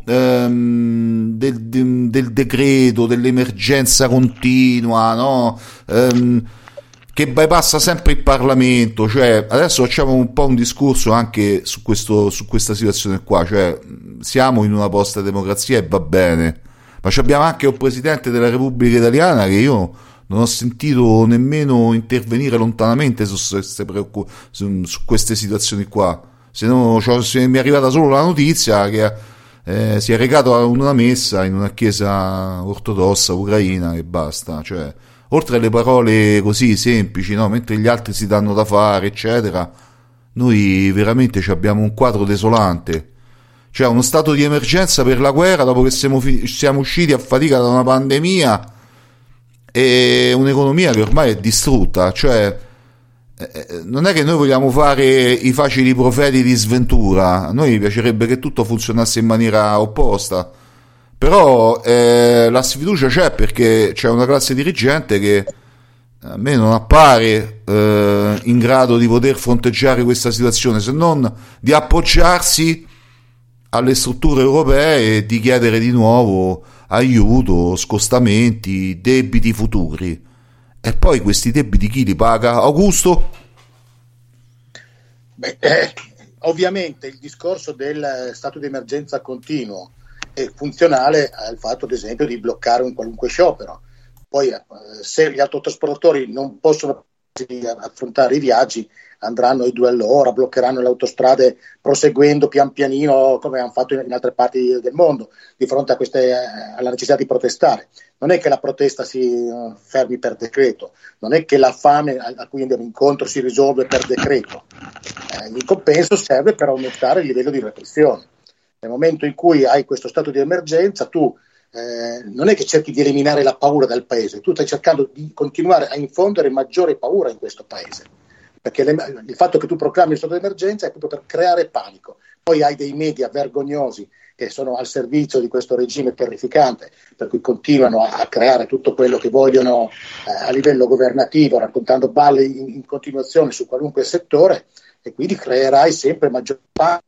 B: del decreto, dell'emergenza continua, no? Che bypassa sempre il Parlamento. Cioè, adesso facciamo un po' un discorso anche su questa situazione qua, cioè siamo in una post-democrazia e va bene, ma abbiamo anche un Presidente della Repubblica Italiana che io non ho sentito nemmeno intervenire lontanamente su queste situazioni qua. Se no, mi è arrivata solo la notizia che si è recato a una messa in una chiesa ortodossa ucraina e basta. Cioè, oltre alle parole così semplici, no? Mentre gli altri si danno da fare, eccetera, noi veramente abbiamo un quadro desolante. Cioè, uno stato di emergenza per la guerra dopo che siamo usciti a fatica da una pandemia e un'economia che ormai è distrutta. Cioè, non è che noi vogliamo fare i facili profeti di sventura, a noi piacerebbe che tutto funzionasse in maniera opposta, però la sfiducia c'è, perché c'è una classe dirigente che a me non appare in grado di poter fronteggiare questa situazione, se non di appoggiarsi alle strutture europee e di chiedere di nuovo aiuto, scostamenti, debiti futuri. E poi questi debiti chi li paga? Augusto?
D: Ovviamente il discorso del stato di emergenza continuo è funzionale al fatto, ad esempio, di bloccare un qualunque sciopero. Poi se gli autotrasportatori non possono affrontare i viaggi, andranno ai 2 all'ora, bloccheranno le autostrade proseguendo pian pianino come hanno fatto in altre parti del mondo di fronte a alla necessità di protestare. Non è che la protesta si fermi per decreto, non è che la fame a cui andiamo incontro si risolve per decreto. Il compenso serve per aumentare il livello di repressione. Nel momento in cui hai questo stato di emergenza, tu non è che cerchi di eliminare la paura dal paese, tu stai cercando di continuare a infondere maggiore paura in questo paese, perché il fatto che tu proclami il stato di emergenza è proprio per creare panico. Poi hai dei media vergognosi che sono al servizio di questo regime terrificante, per cui continuano a creare tutto quello che vogliono a livello governativo, raccontando balle in continuazione su qualunque settore, e quindi creerai sempre maggior panico.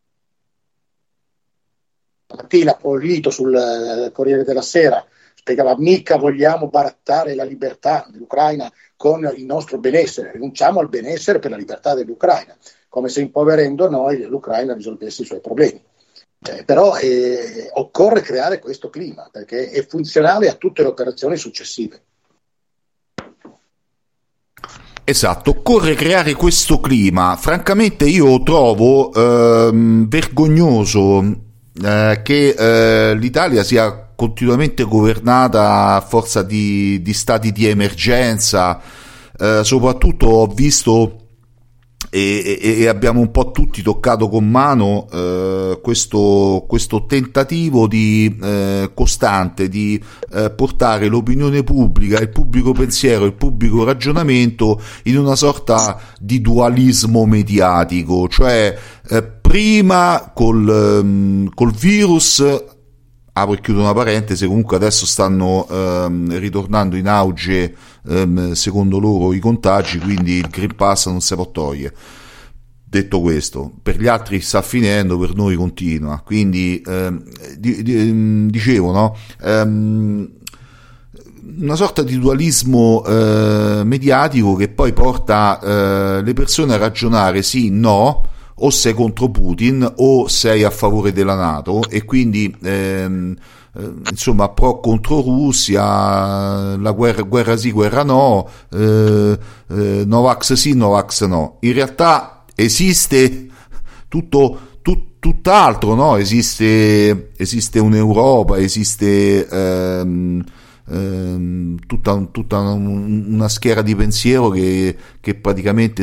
D: Mattina Polito sul Corriere della Sera spiegava: mica vogliamo barattare la libertà dell'Ucraina con il nostro benessere, rinunciamo al benessere per la libertà dell'Ucraina, come se impoverendo noi l'Ucraina risolvesse i suoi problemi. Però occorre creare questo clima, perché è funzionale a tutte le operazioni successive.
B: Esatto, occorre creare questo clima. Francamente io trovo vergognoso che l'Italia sia continuamente governata a forza di stati di emergenza. Soprattutto ho visto e abbiamo un po' tutti toccato con mano questo tentativo di costante di portare l'opinione pubblica, il pubblico pensiero, il pubblico ragionamento in una sorta di dualismo mediatico. Cioè prima col virus, apro e chiudo una parentesi, comunque adesso stanno ritornando in auge secondo loro i contagi, quindi il Green Pass non si può togliere. Detto questo, per gli altri sta finendo, per noi continua. Quindi dicevo, no? Una sorta di dualismo mediatico che poi porta le persone a ragionare sì, no, o sei contro Putin o sei a favore della NATO, e quindi insomma pro contro Russia, la guerra sì, guerra no, Novax sì, Novax no. In realtà esiste tutt'altro, no? Esiste un'Europa, esiste tutta una schiera di pensiero che praticamente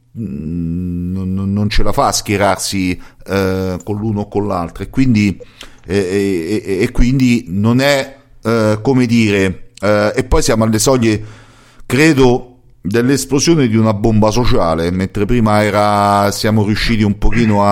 B: non ce la fa a schierarsi con l'uno o con l'altro, e quindi non è come dire e poi siamo alle soglie, credo, dell'esplosione di una bomba sociale, mentre prima siamo riusciti un pochino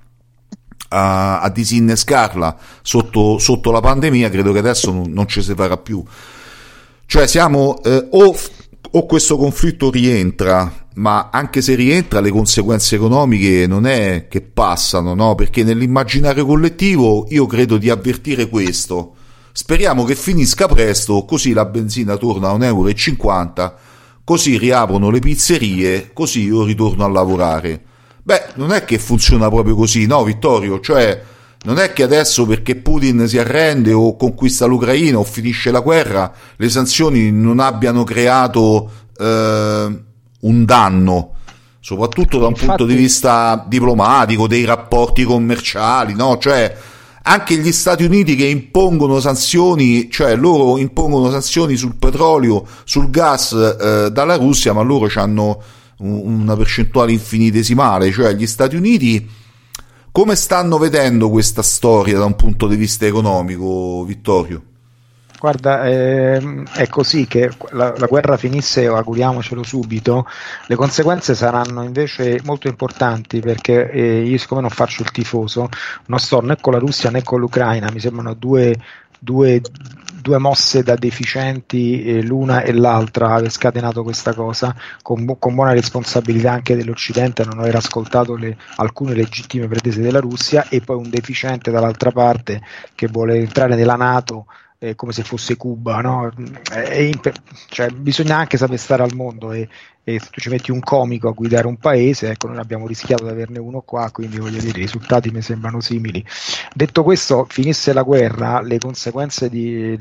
B: a disinnescarla sotto la pandemia. Credo che adesso non ci si farà più, cioè siamo o questo conflitto rientra, ma anche se rientra le conseguenze economiche non è che passano, no? Perché nell'immaginario collettivo io credo di avvertire questo: speriamo che finisca presto, così la benzina torna a €1,50, così riaprono le pizzerie, così io ritorno a lavorare. Beh, non è che funziona proprio così, no, Vittorio? Cioè, non è che adesso perché Putin si arrende o conquista l'Ucraina o finisce la guerra, le sanzioni non abbiano creato un danno, soprattutto da un punto di vista diplomatico, dei rapporti commerciali, no? Cioè, anche gli Stati Uniti che impongono sanzioni, cioè loro impongono sanzioni sul petrolio, sul gas dalla Russia, ma loro hanno una percentuale infinitesimale. Cioè gli Stati Uniti come stanno vedendo questa storia da un punto di vista economico, Vittorio?
F: Guarda, è così che la guerra finisse, o auguriamocelo subito, le conseguenze saranno invece molto importanti, perché io, siccome non faccio il tifoso, non sto né con la Russia né con l'Ucraina, mi sembrano due mosse da deficienti, l'una e l'altra, aver scatenato questa cosa con buona responsabilità anche dell'Occidente a non aver ascoltato alcune legittime pretese della Russia, e poi un deficiente dall'altra parte che vuole entrare nella NATO come se fosse Cuba, no? Cioè, bisogna anche saper stare al mondo, e se tu ci metti un comico a guidare un paese, ecco, noi abbiamo rischiato di averne uno qua, quindi voglio dire, i risultati mi sembrano simili. Detto questo, finisse la guerra, le conseguenze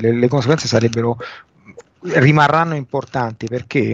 F: rimarranno importanti, perché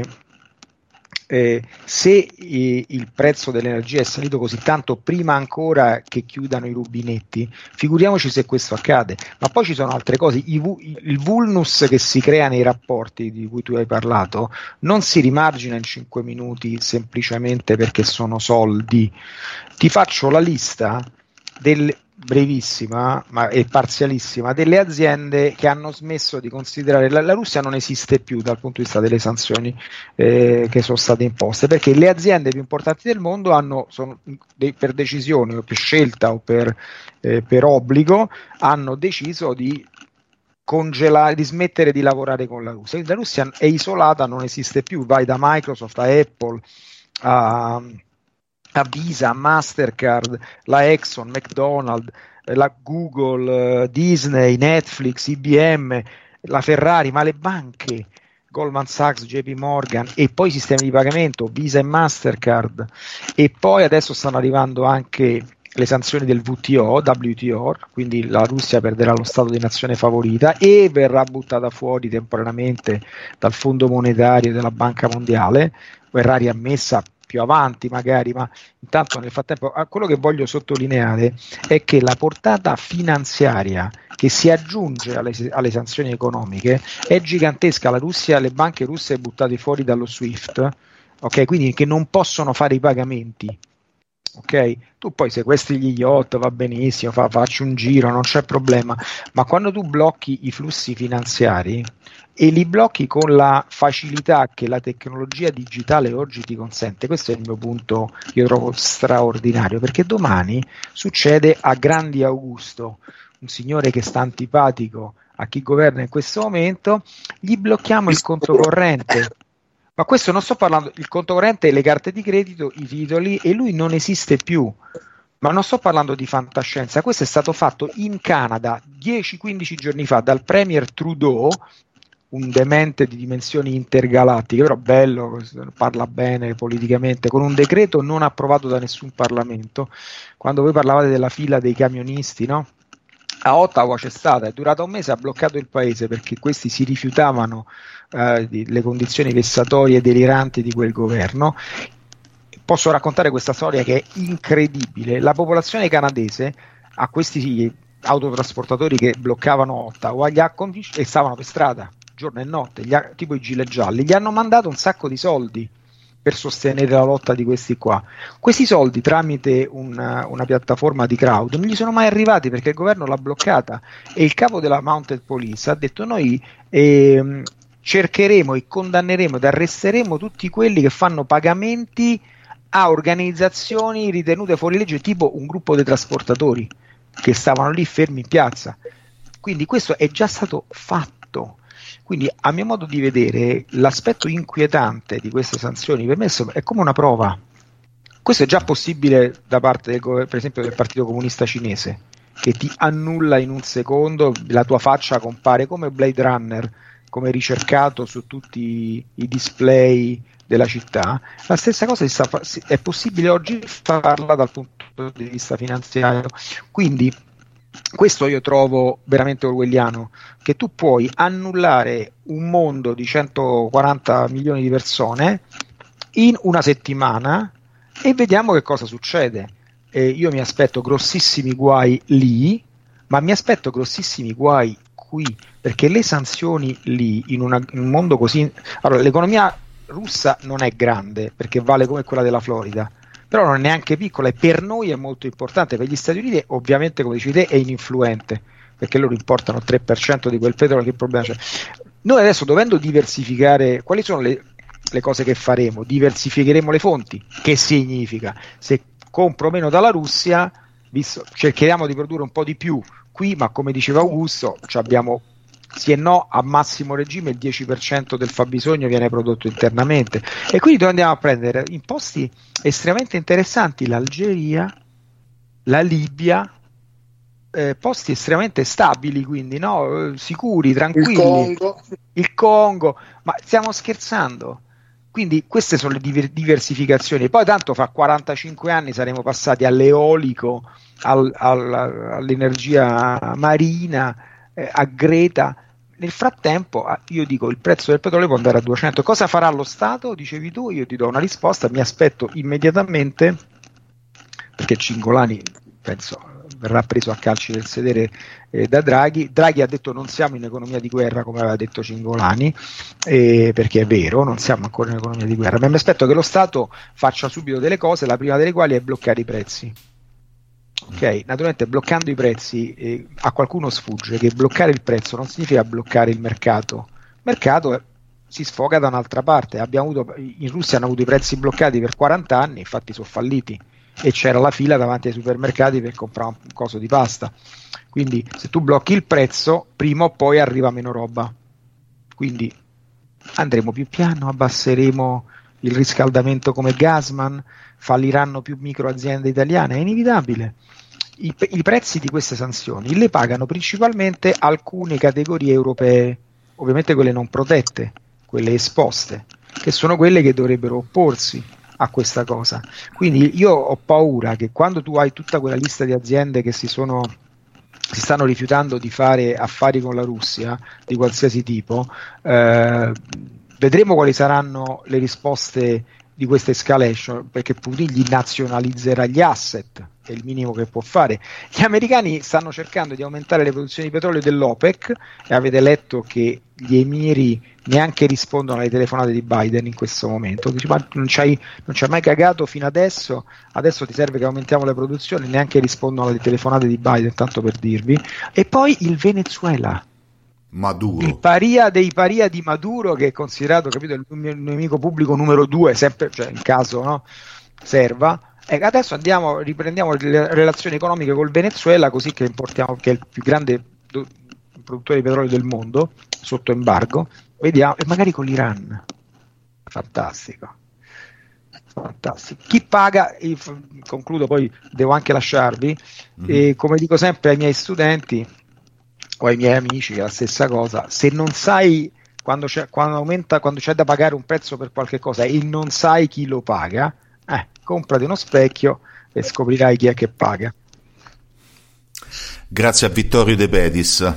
F: se il prezzo dell'energia è salito così tanto prima ancora che chiudano i rubinetti, figuriamoci se questo accade. Ma poi ci sono altre cose, il vulnus che si crea nei rapporti di cui tu hai parlato non si rimargina in 5 minuti semplicemente perché sono soldi. Ti faccio la lista brevissima ma è parzialissima delle aziende che hanno smesso di considerare la Russia non esiste più dal punto di vista delle sanzioni che sono state imposte, perché le aziende più importanti del mondo per decisione o per scelta o per obbligo hanno deciso di congelare, di smettere di lavorare con la Russia. La Russia è isolata, non esiste più, vai da Microsoft a Apple a Visa, Mastercard, la Exxon, McDonald's, la Google, Disney, Netflix, IBM, la Ferrari, ma le banche, Goldman Sachs, JP Morgan, e poi i sistemi di pagamento, Visa e Mastercard, e poi adesso stanno arrivando anche le sanzioni del WTO, quindi la Russia perderà lo stato di nazione favorita e verrà buttata fuori temporaneamente dal Fondo Monetario della Banca Mondiale, verrà riammessa più avanti magari, ma intanto nel frattempo quello che voglio sottolineare è che la portata finanziaria che si aggiunge alle sanzioni economiche è gigantesca. La Russia, le banche russe buttate fuori dallo SWIFT, ok, quindi che non possono fare i pagamenti. Ok, tu poi sequestri gli yacht, va benissimo, facci un giro, non c'è problema, ma quando tu blocchi i flussi finanziari e li blocchi con la facilità che la tecnologia digitale oggi ti consente, questo è il mio punto che io trovo straordinario, perché domani succede a Grandi Augusto, un signore che sta antipatico a chi governa in questo momento, gli blocchiamo il conto corrente. Ma questo non sto parlando, il conto corrente, le carte di credito, i titoli, e lui non esiste più. Ma non sto parlando di fantascienza, questo è stato fatto in Canada 10-15 giorni fa dal premier Trudeau, un demente di dimensioni intergalattiche, però bello, parla bene politicamente, con un decreto non approvato da nessun Parlamento. Quando voi parlavate della fila dei camionisti, no? A Ottawa c'è stata, è durata un mese, ha bloccato il paese perché questi si rifiutavano le condizioni vessatorie e deliranti di quel governo. Posso raccontare questa storia che è incredibile. La popolazione canadese a questi autotrasportatori che bloccavano Ottawa e stavano per strada giorno e notte, tipo i gilet gialli, gli hanno mandato un sacco di soldi per sostenere la lotta di questi qua. Questi soldi tramite una piattaforma di crowd non gli sono mai arrivati perché il governo l'ha bloccata, e il capo della Mounted Police ha detto noi cercheremo e condanneremo ed arresteremo tutti quelli che fanno pagamenti a organizzazioni ritenute fuori legge, tipo un gruppo dei trasportatori che stavano lì fermi in piazza. Quindi questo è già stato fatto. Quindi, a mio modo di vedere, l'aspetto inquietante di queste sanzioni per me è come una prova. Questo è già possibile da parte per esempio del Partito Comunista Cinese, che ti annulla in un secondo, la tua faccia compare come Blade Runner, come ricercato su tutti i display della città. La stessa cosa è possibile oggi farla dal punto di vista finanziario. Quindi questo io trovo veramente orwelliano, che tu puoi annullare un mondo di 140 milioni di persone in una settimana e vediamo che cosa succede. Io mi aspetto grossissimi guai lì, ma mi aspetto grossissimi guai qui, perché le sanzioni lì, in un mondo così... Allora, l'economia russa non è grande, perché vale come quella della Florida, però non è neanche piccola, e per noi è molto importante. Per gli Stati Uniti ovviamente, come dici te, è ininfluente, perché loro importano 3% di quel petrolio. Che problema c'è? Noi adesso, dovendo diversificare, quali sono le cose che faremo? Diversificheremo le fonti. Che significa? Se compro meno dalla Russia, cercheremo di produrre un po' di più qui, ma come diceva Augusto, abbiamo sì e no, a massimo regime il 10% del fabbisogno viene prodotto internamente, e quindi noi andiamo a prendere in posti estremamente interessanti l'Algeria, la Libia, posti estremamente stabili, quindi no, sicuri, tranquilli, il Congo, ma stiamo scherzando? Quindi queste sono le diversificazioni. Poi tanto fra 45 anni saremo passati all'eolico, all'energia marina, a Greta. Nel frattempo, io dico, il prezzo del petrolio può andare a 200. Cosa farà lo Stato? Dicevi tu, io ti do una risposta. Mi aspetto immediatamente, perché Cingolani penso verrà preso a calci nel sedere da Draghi. Draghi ha detto non siamo in economia di guerra, come aveva detto Cingolani, perché è vero, non siamo ancora in economia di guerra, ma mi aspetto che lo Stato faccia subito delle cose, la prima delle quali è bloccare i prezzi. Ok, naturalmente bloccando i prezzi, a qualcuno sfugge che bloccare il prezzo non significa bloccare il mercato. Il mercato si sfoga da un'altra parte. In Russia hanno avuto i prezzi bloccati per 40 anni, infatti sono falliti, e c'era la fila davanti ai supermercati per comprare un coso di pasta. Quindi se tu blocchi il prezzo, prima o poi arriva meno roba. Quindi andremo più piano, abbasseremo il riscaldamento come Gasman, falliranno più micro aziende italiane, è inevitabile. I prezzi di queste sanzioni le pagano principalmente alcune categorie europee, ovviamente quelle non protette, quelle esposte, che sono quelle che dovrebbero opporsi a questa cosa. Quindi io ho paura che quando tu hai tutta quella lista di aziende che si stanno rifiutando di fare affari con la Russia di qualsiasi tipo, vedremo quali saranno le risposte di questa escalation, perché Putin gli nazionalizzerà gli asset, è il minimo che può fare. Gli americani stanno cercando di aumentare le produzioni di petrolio dell'OPEC, e avete letto che gli emiri neanche rispondono alle telefonate di Biden in questo momento. Dici, ma non ci hai mai cagato fino adesso ti serve che aumentiamo le produzioni? Neanche rispondono alle telefonate di Biden, tanto per dirvi. E poi il Venezuela,
B: Maduro,
F: il paria dei paria di Maduro, che è considerato, capito, il nemico pubblico numero 2, sempre, cioè in caso, no, serva. E adesso riprendiamo le relazioni economiche col Venezuela, così che importiamo, che è il più grande produttore di petrolio del mondo, sotto embargo, vediamo, e magari con l'Iran. Fantastico. Chi paga? Concludo, poi devo anche lasciarvi. E come dico sempre ai miei studenti o ai miei amici, è la stessa cosa: se non sai quando c'è da pagare un prezzo per qualche cosa e non sai chi lo paga, comprati uno specchio e scoprirai chi è che paga.
B: Grazie a Vittorio De Pedis.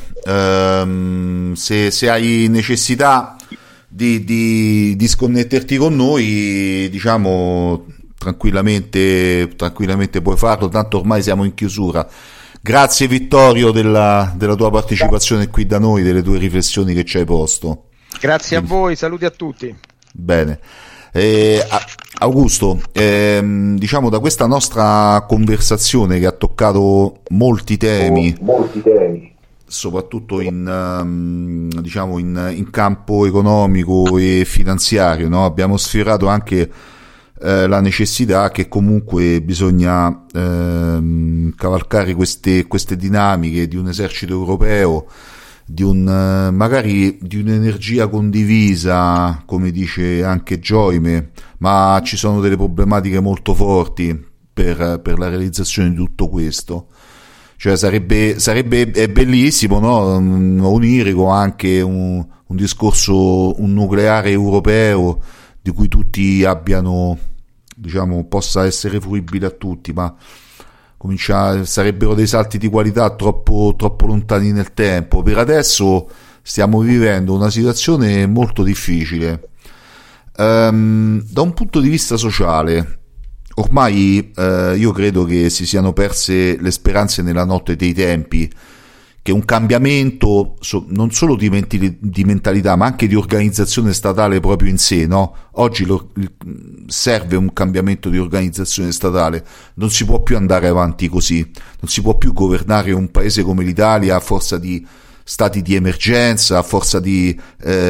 B: Se hai necessità di sconnetterti con noi, diciamo, tranquillamente puoi farlo, tanto ormai siamo in chiusura. Grazie Vittorio della tua partecipazione qui da noi, delle tue riflessioni che ci hai posto.
F: Grazie a voi, saluti a tutti.
B: Bene. Augusto, diciamo, da questa nostra conversazione che ha toccato molti temi, soprattutto diciamo in campo economico e finanziario, no? Abbiamo sfiorato anche la necessità che comunque bisogna cavalcare queste dinamiche di un esercito europeo, magari di un'energia condivisa, come dice anche Gioime, ma ci sono delle problematiche molto forti per la realizzazione di tutto questo. Cioè è bellissimo, no? Onirico anche un discorso, un nucleare europeo di cui tutti abbiano, diciamo, possa essere fruibile a tutti, ma sarebbero dei salti di qualità troppo lontani nel tempo. Per adesso stiamo vivendo una situazione molto difficile da un punto di vista sociale. Ormai io credo che si siano perse le speranze nella notte dei tempi, che un cambiamento non solo di mentalità, ma anche di organizzazione statale proprio in sé, no? Oggi serve un cambiamento di organizzazione statale, non si può più andare avanti così, non si può più governare un paese come l'Italia a forza di stati di emergenza, a forza di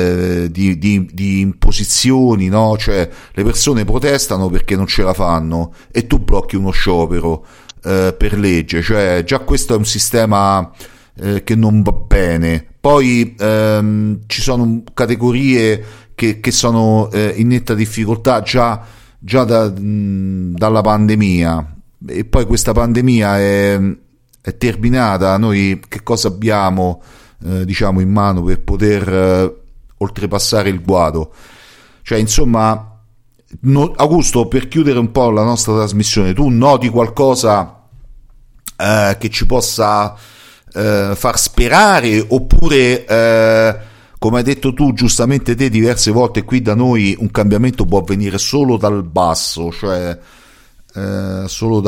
B: imposizioni, no? Cioè le persone protestano perché non ce la fanno e tu blocchi uno sciopero per legge. Cioè già questo è un sistema che non va bene. Poi ci sono categorie che sono in netta difficoltà già dalla pandemia, e poi questa pandemia è terminata. Noi che cosa abbiamo diciamo in mano per poter oltrepassare il guado? Cioè insomma, Augusto, per chiudere un po' la nostra trasmissione, tu noti qualcosa che ci possa far sperare, oppure come hai detto tu giustamente te diverse volte qui da noi, un cambiamento può avvenire solo dal basso, cioè solo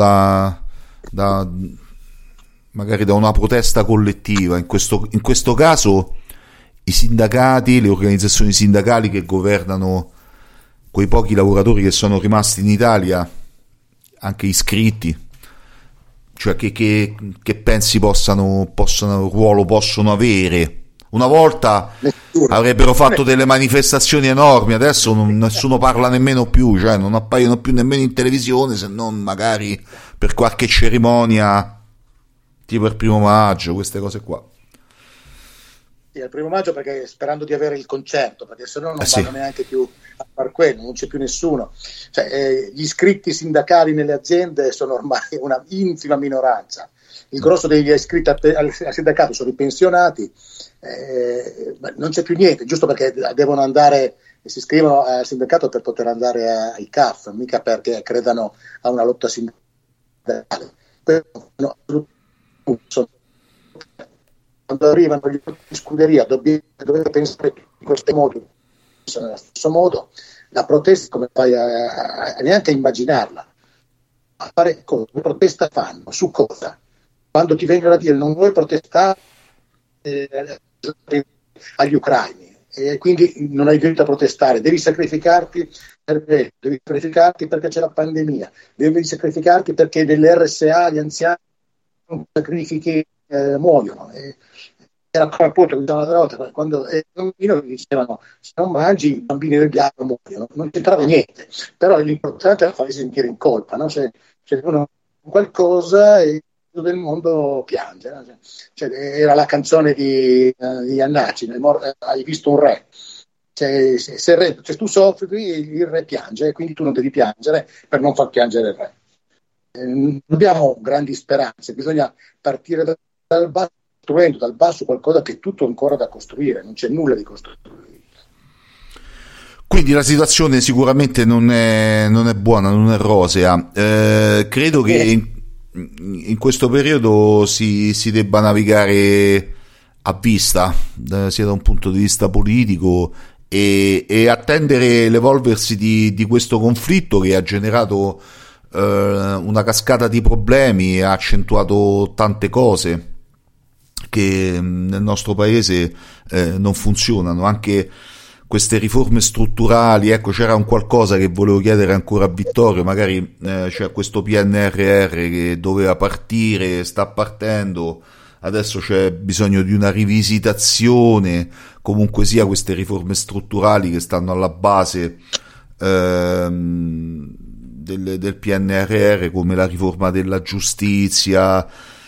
B: magari da una protesta collettiva? In questo caso i sindacati, le organizzazioni sindacali che governano quei pochi lavoratori che sono rimasti in Italia, anche iscritti, cioè che pensi possano ruolo possono avere? Una volta avrebbero fatto delle manifestazioni enormi, adesso nessuno parla nemmeno più, cioè non appaiono più nemmeno in televisione, se non magari per qualche cerimonia tipo il 1° maggio, queste cose qua.
D: Sì, il 1° maggio, perché sperando di avere il concerto, perché se no non vanno neanche più a far quello, non c'è più nessuno. Cioè, gli iscritti sindacali nelle aziende sono ormai una infima minoranza. Il grosso degli iscritti al sindacato sono i pensionati, non c'è più niente, giusto perché devono andare, si iscrivono al sindacato per poter andare ai CAF, mica perché credano a una lotta sindacale. No, quando arrivano gli in scuderia dovete pensare in questo modo, nello stesso modo la protesta, come fai a neanche a immaginarla, a fare cosa? Che protesta fanno? Su cosa? Quando ti vengono a dire non vuoi protestare agli ucraini e quindi non hai diritto a protestare, devi sacrificarti perché c'è la pandemia, devi sacrificarti perché nelle RSA gli anziani sacrifichi muoiono. Era appunto l'altra volta quando i bambini dicevano se non mangi i bambini del Gaza muoiono, non c'entrava niente, però l'importante era farli sentire in colpa, no? Se uno qualcosa e tutto il mondo piange, no? Cioè, era la canzone di Iannacci, hai visto un re. Se tu soffri, il re piange, quindi tu non devi piangere per non far piangere il re. Non abbiamo grandi speranze, bisogna partire dal basso, costruendo dal basso qualcosa che è tutto ancora da costruire, non c'è nulla di costruire.
B: Quindi la situazione sicuramente non è buona, non è rosea. Credo che in questo periodo si debba navigare a vista, sia da un punto di vista politico, e attendere l'evolversi di questo conflitto che ha generato una cascata di problemi e ha accentuato tante cose che nel nostro paese non funzionano, anche queste riforme strutturali. Ecco, c'era un qualcosa che volevo chiedere ancora a Vittorio, magari c'è questo PNRR che doveva partire, sta partendo, adesso c'è bisogno di una rivisitazione, comunque sia queste riforme strutturali che stanno alla base del PNRR, come la riforma della giustizia,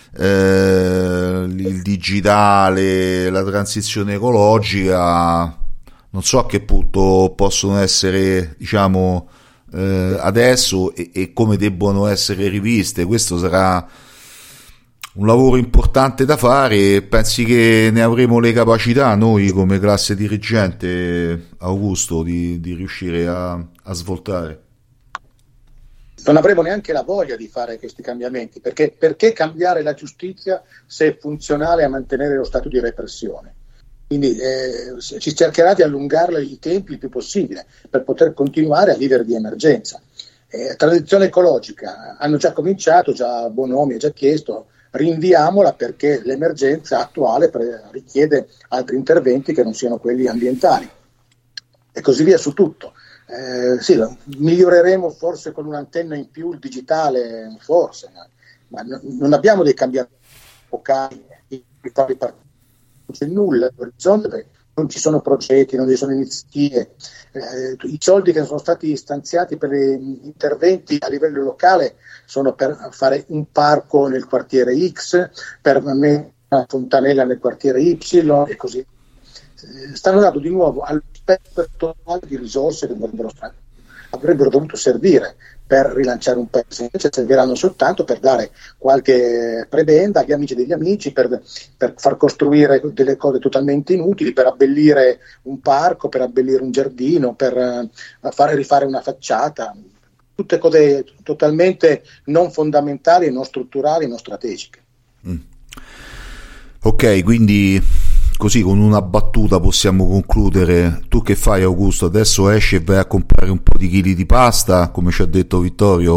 B: il digitale, la transizione ecologica. Non so a che punto possono essere, diciamo, adesso e come debbono essere riviste. Questo sarà un lavoro importante da fare. Pensi che ne avremo le capacità noi come classe dirigente, Augusto, di riuscire a svoltare?
D: Non avremo neanche la voglia di fare questi cambiamenti, perché cambiare la giustizia se è funzionale a mantenere lo stato di repressione? Quindi si cercherà di allungare i tempi il più possibile per poter continuare a vivere di emergenza. Transizione ecologica, hanno già cominciato, già Bonomi ha già chiesto, rinviamola perché l'emergenza attuale richiede altri interventi che non siano quelli ambientali, e così via su tutto. Sì, miglioreremo forse con un'antenna in più il digitale, forse, ma non abbiamo dei cambiamenti epocali, non c'è nulla all'orizzonte, non ci sono progetti, non ci sono iniziative. I soldi che sono stati stanziati per gli interventi a livello locale sono per fare un parco nel quartiere X, per mettere una fontanella nel quartiere Y e così. Stanno dando di nuovo al spettro totale di risorse che avrebbero dovuto servire per rilanciare un paese, invece serviranno soltanto per dare qualche prebenda agli amici degli amici, per far costruire delle cose totalmente inutili, per abbellire un parco, per abbellire un giardino, per rifare una facciata, tutte cose totalmente non fondamentali, non strutturali, non strategiche.
B: Ok, quindi così con una battuta possiamo concludere. Tu che fai, Augusto? Adesso esci e vai a comprare un po' di chili di pasta, come ci ha detto Vittorio,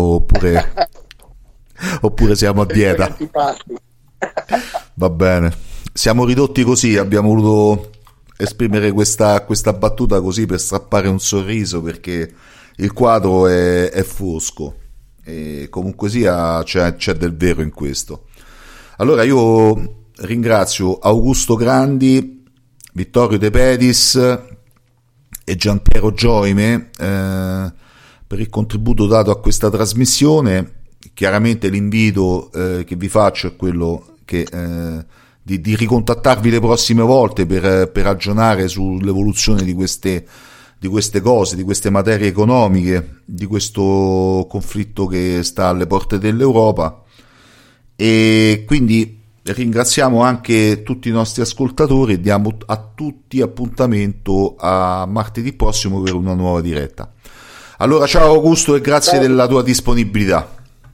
B: oppure siamo a dieta? Va bene, siamo ridotti così, abbiamo voluto esprimere questa battuta così per strappare un sorriso, perché il quadro è fosco e comunque sia c'è del vero in questo. Allora io ringrazio Augusto Grandi, Vittorio De Pedis e Giampiero Gioime per il contributo dato a questa trasmissione. Chiaramente l'invito che vi faccio è quello che di ricontattarvi le prossime volte per ragionare sull'evoluzione di queste cose, di queste materie economiche, di questo conflitto che sta alle porte dell'Europa. E quindi ringraziamo anche tutti i nostri ascoltatori e diamo a tutti appuntamento a martedì prossimo per una nuova diretta. Allora ciao Augusto e grazie della tua disponibilità.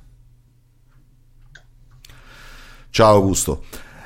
B: Ciao Augusto.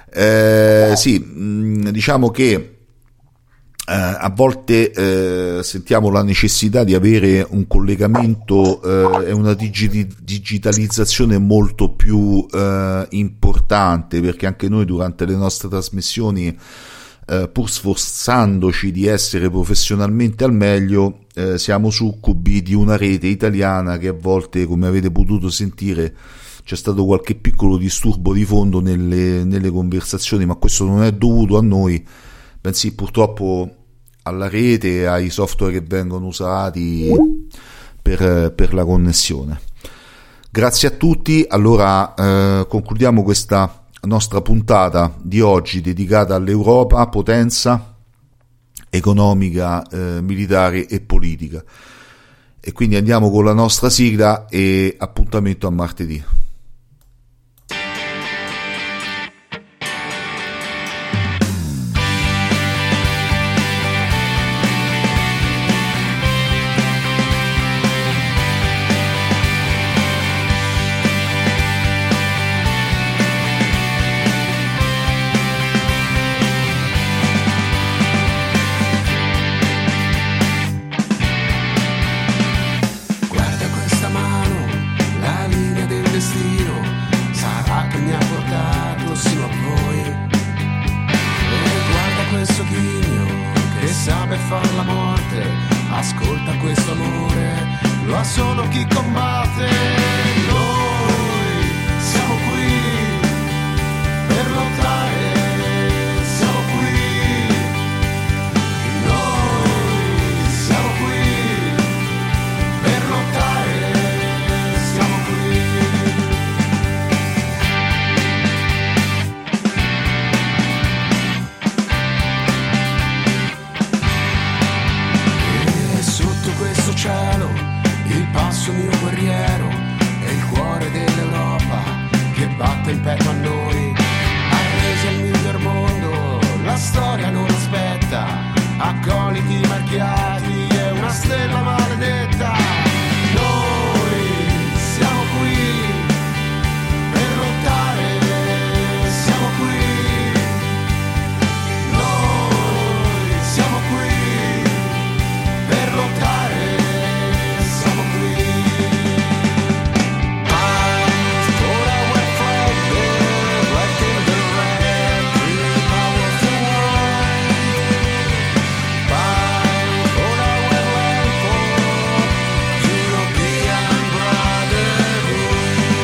B: Sì, diciamo che a volte sentiamo la necessità di avere un collegamento e una digitalizzazione molto più importante, perché anche noi durante le nostre trasmissioni, pur sforzandoci di essere professionalmente al meglio, siamo succubi di una rete italiana che a volte, come avete potuto sentire, c'è stato qualche piccolo disturbo di fondo nelle conversazioni, ma questo non è dovuto a noi, bensì purtroppo alla rete, ai software che vengono usati per la connessione. Grazie a tutti. Allora concludiamo questa nostra puntata di oggi dedicata all'Europa, potenza economica, militare e politica. E quindi andiamo con la nostra sigla e appuntamento a martedì.
A: Ascolta questo amore, lo ha solo chi combatte. Noi siamo qui per lottare batte in petto a noi. Arresi al miglior mondo, la storia non aspetta, accoliti marchiati, è una stella maledetta. Noi siamo qui per lottare, siamo qui. Noi siamo qui per lottare, siamo qui. Fight for our flag, the black and the red, the power of the world. Fight for our land, for European brotherhood.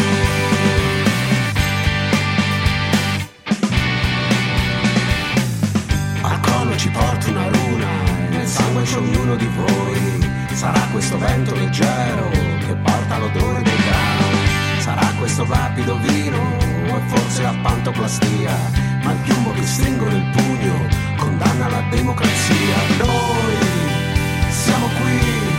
A: Al collo ci porta una runa, nel sangue c'è ognuno di voi. Sarà questo vento leggero che porta l'odore del grano, sarà questo rapido vino o forse la pantoplastia, ma il piumbo che stringo nel pugno condanna la democrazia. Noi siamo qui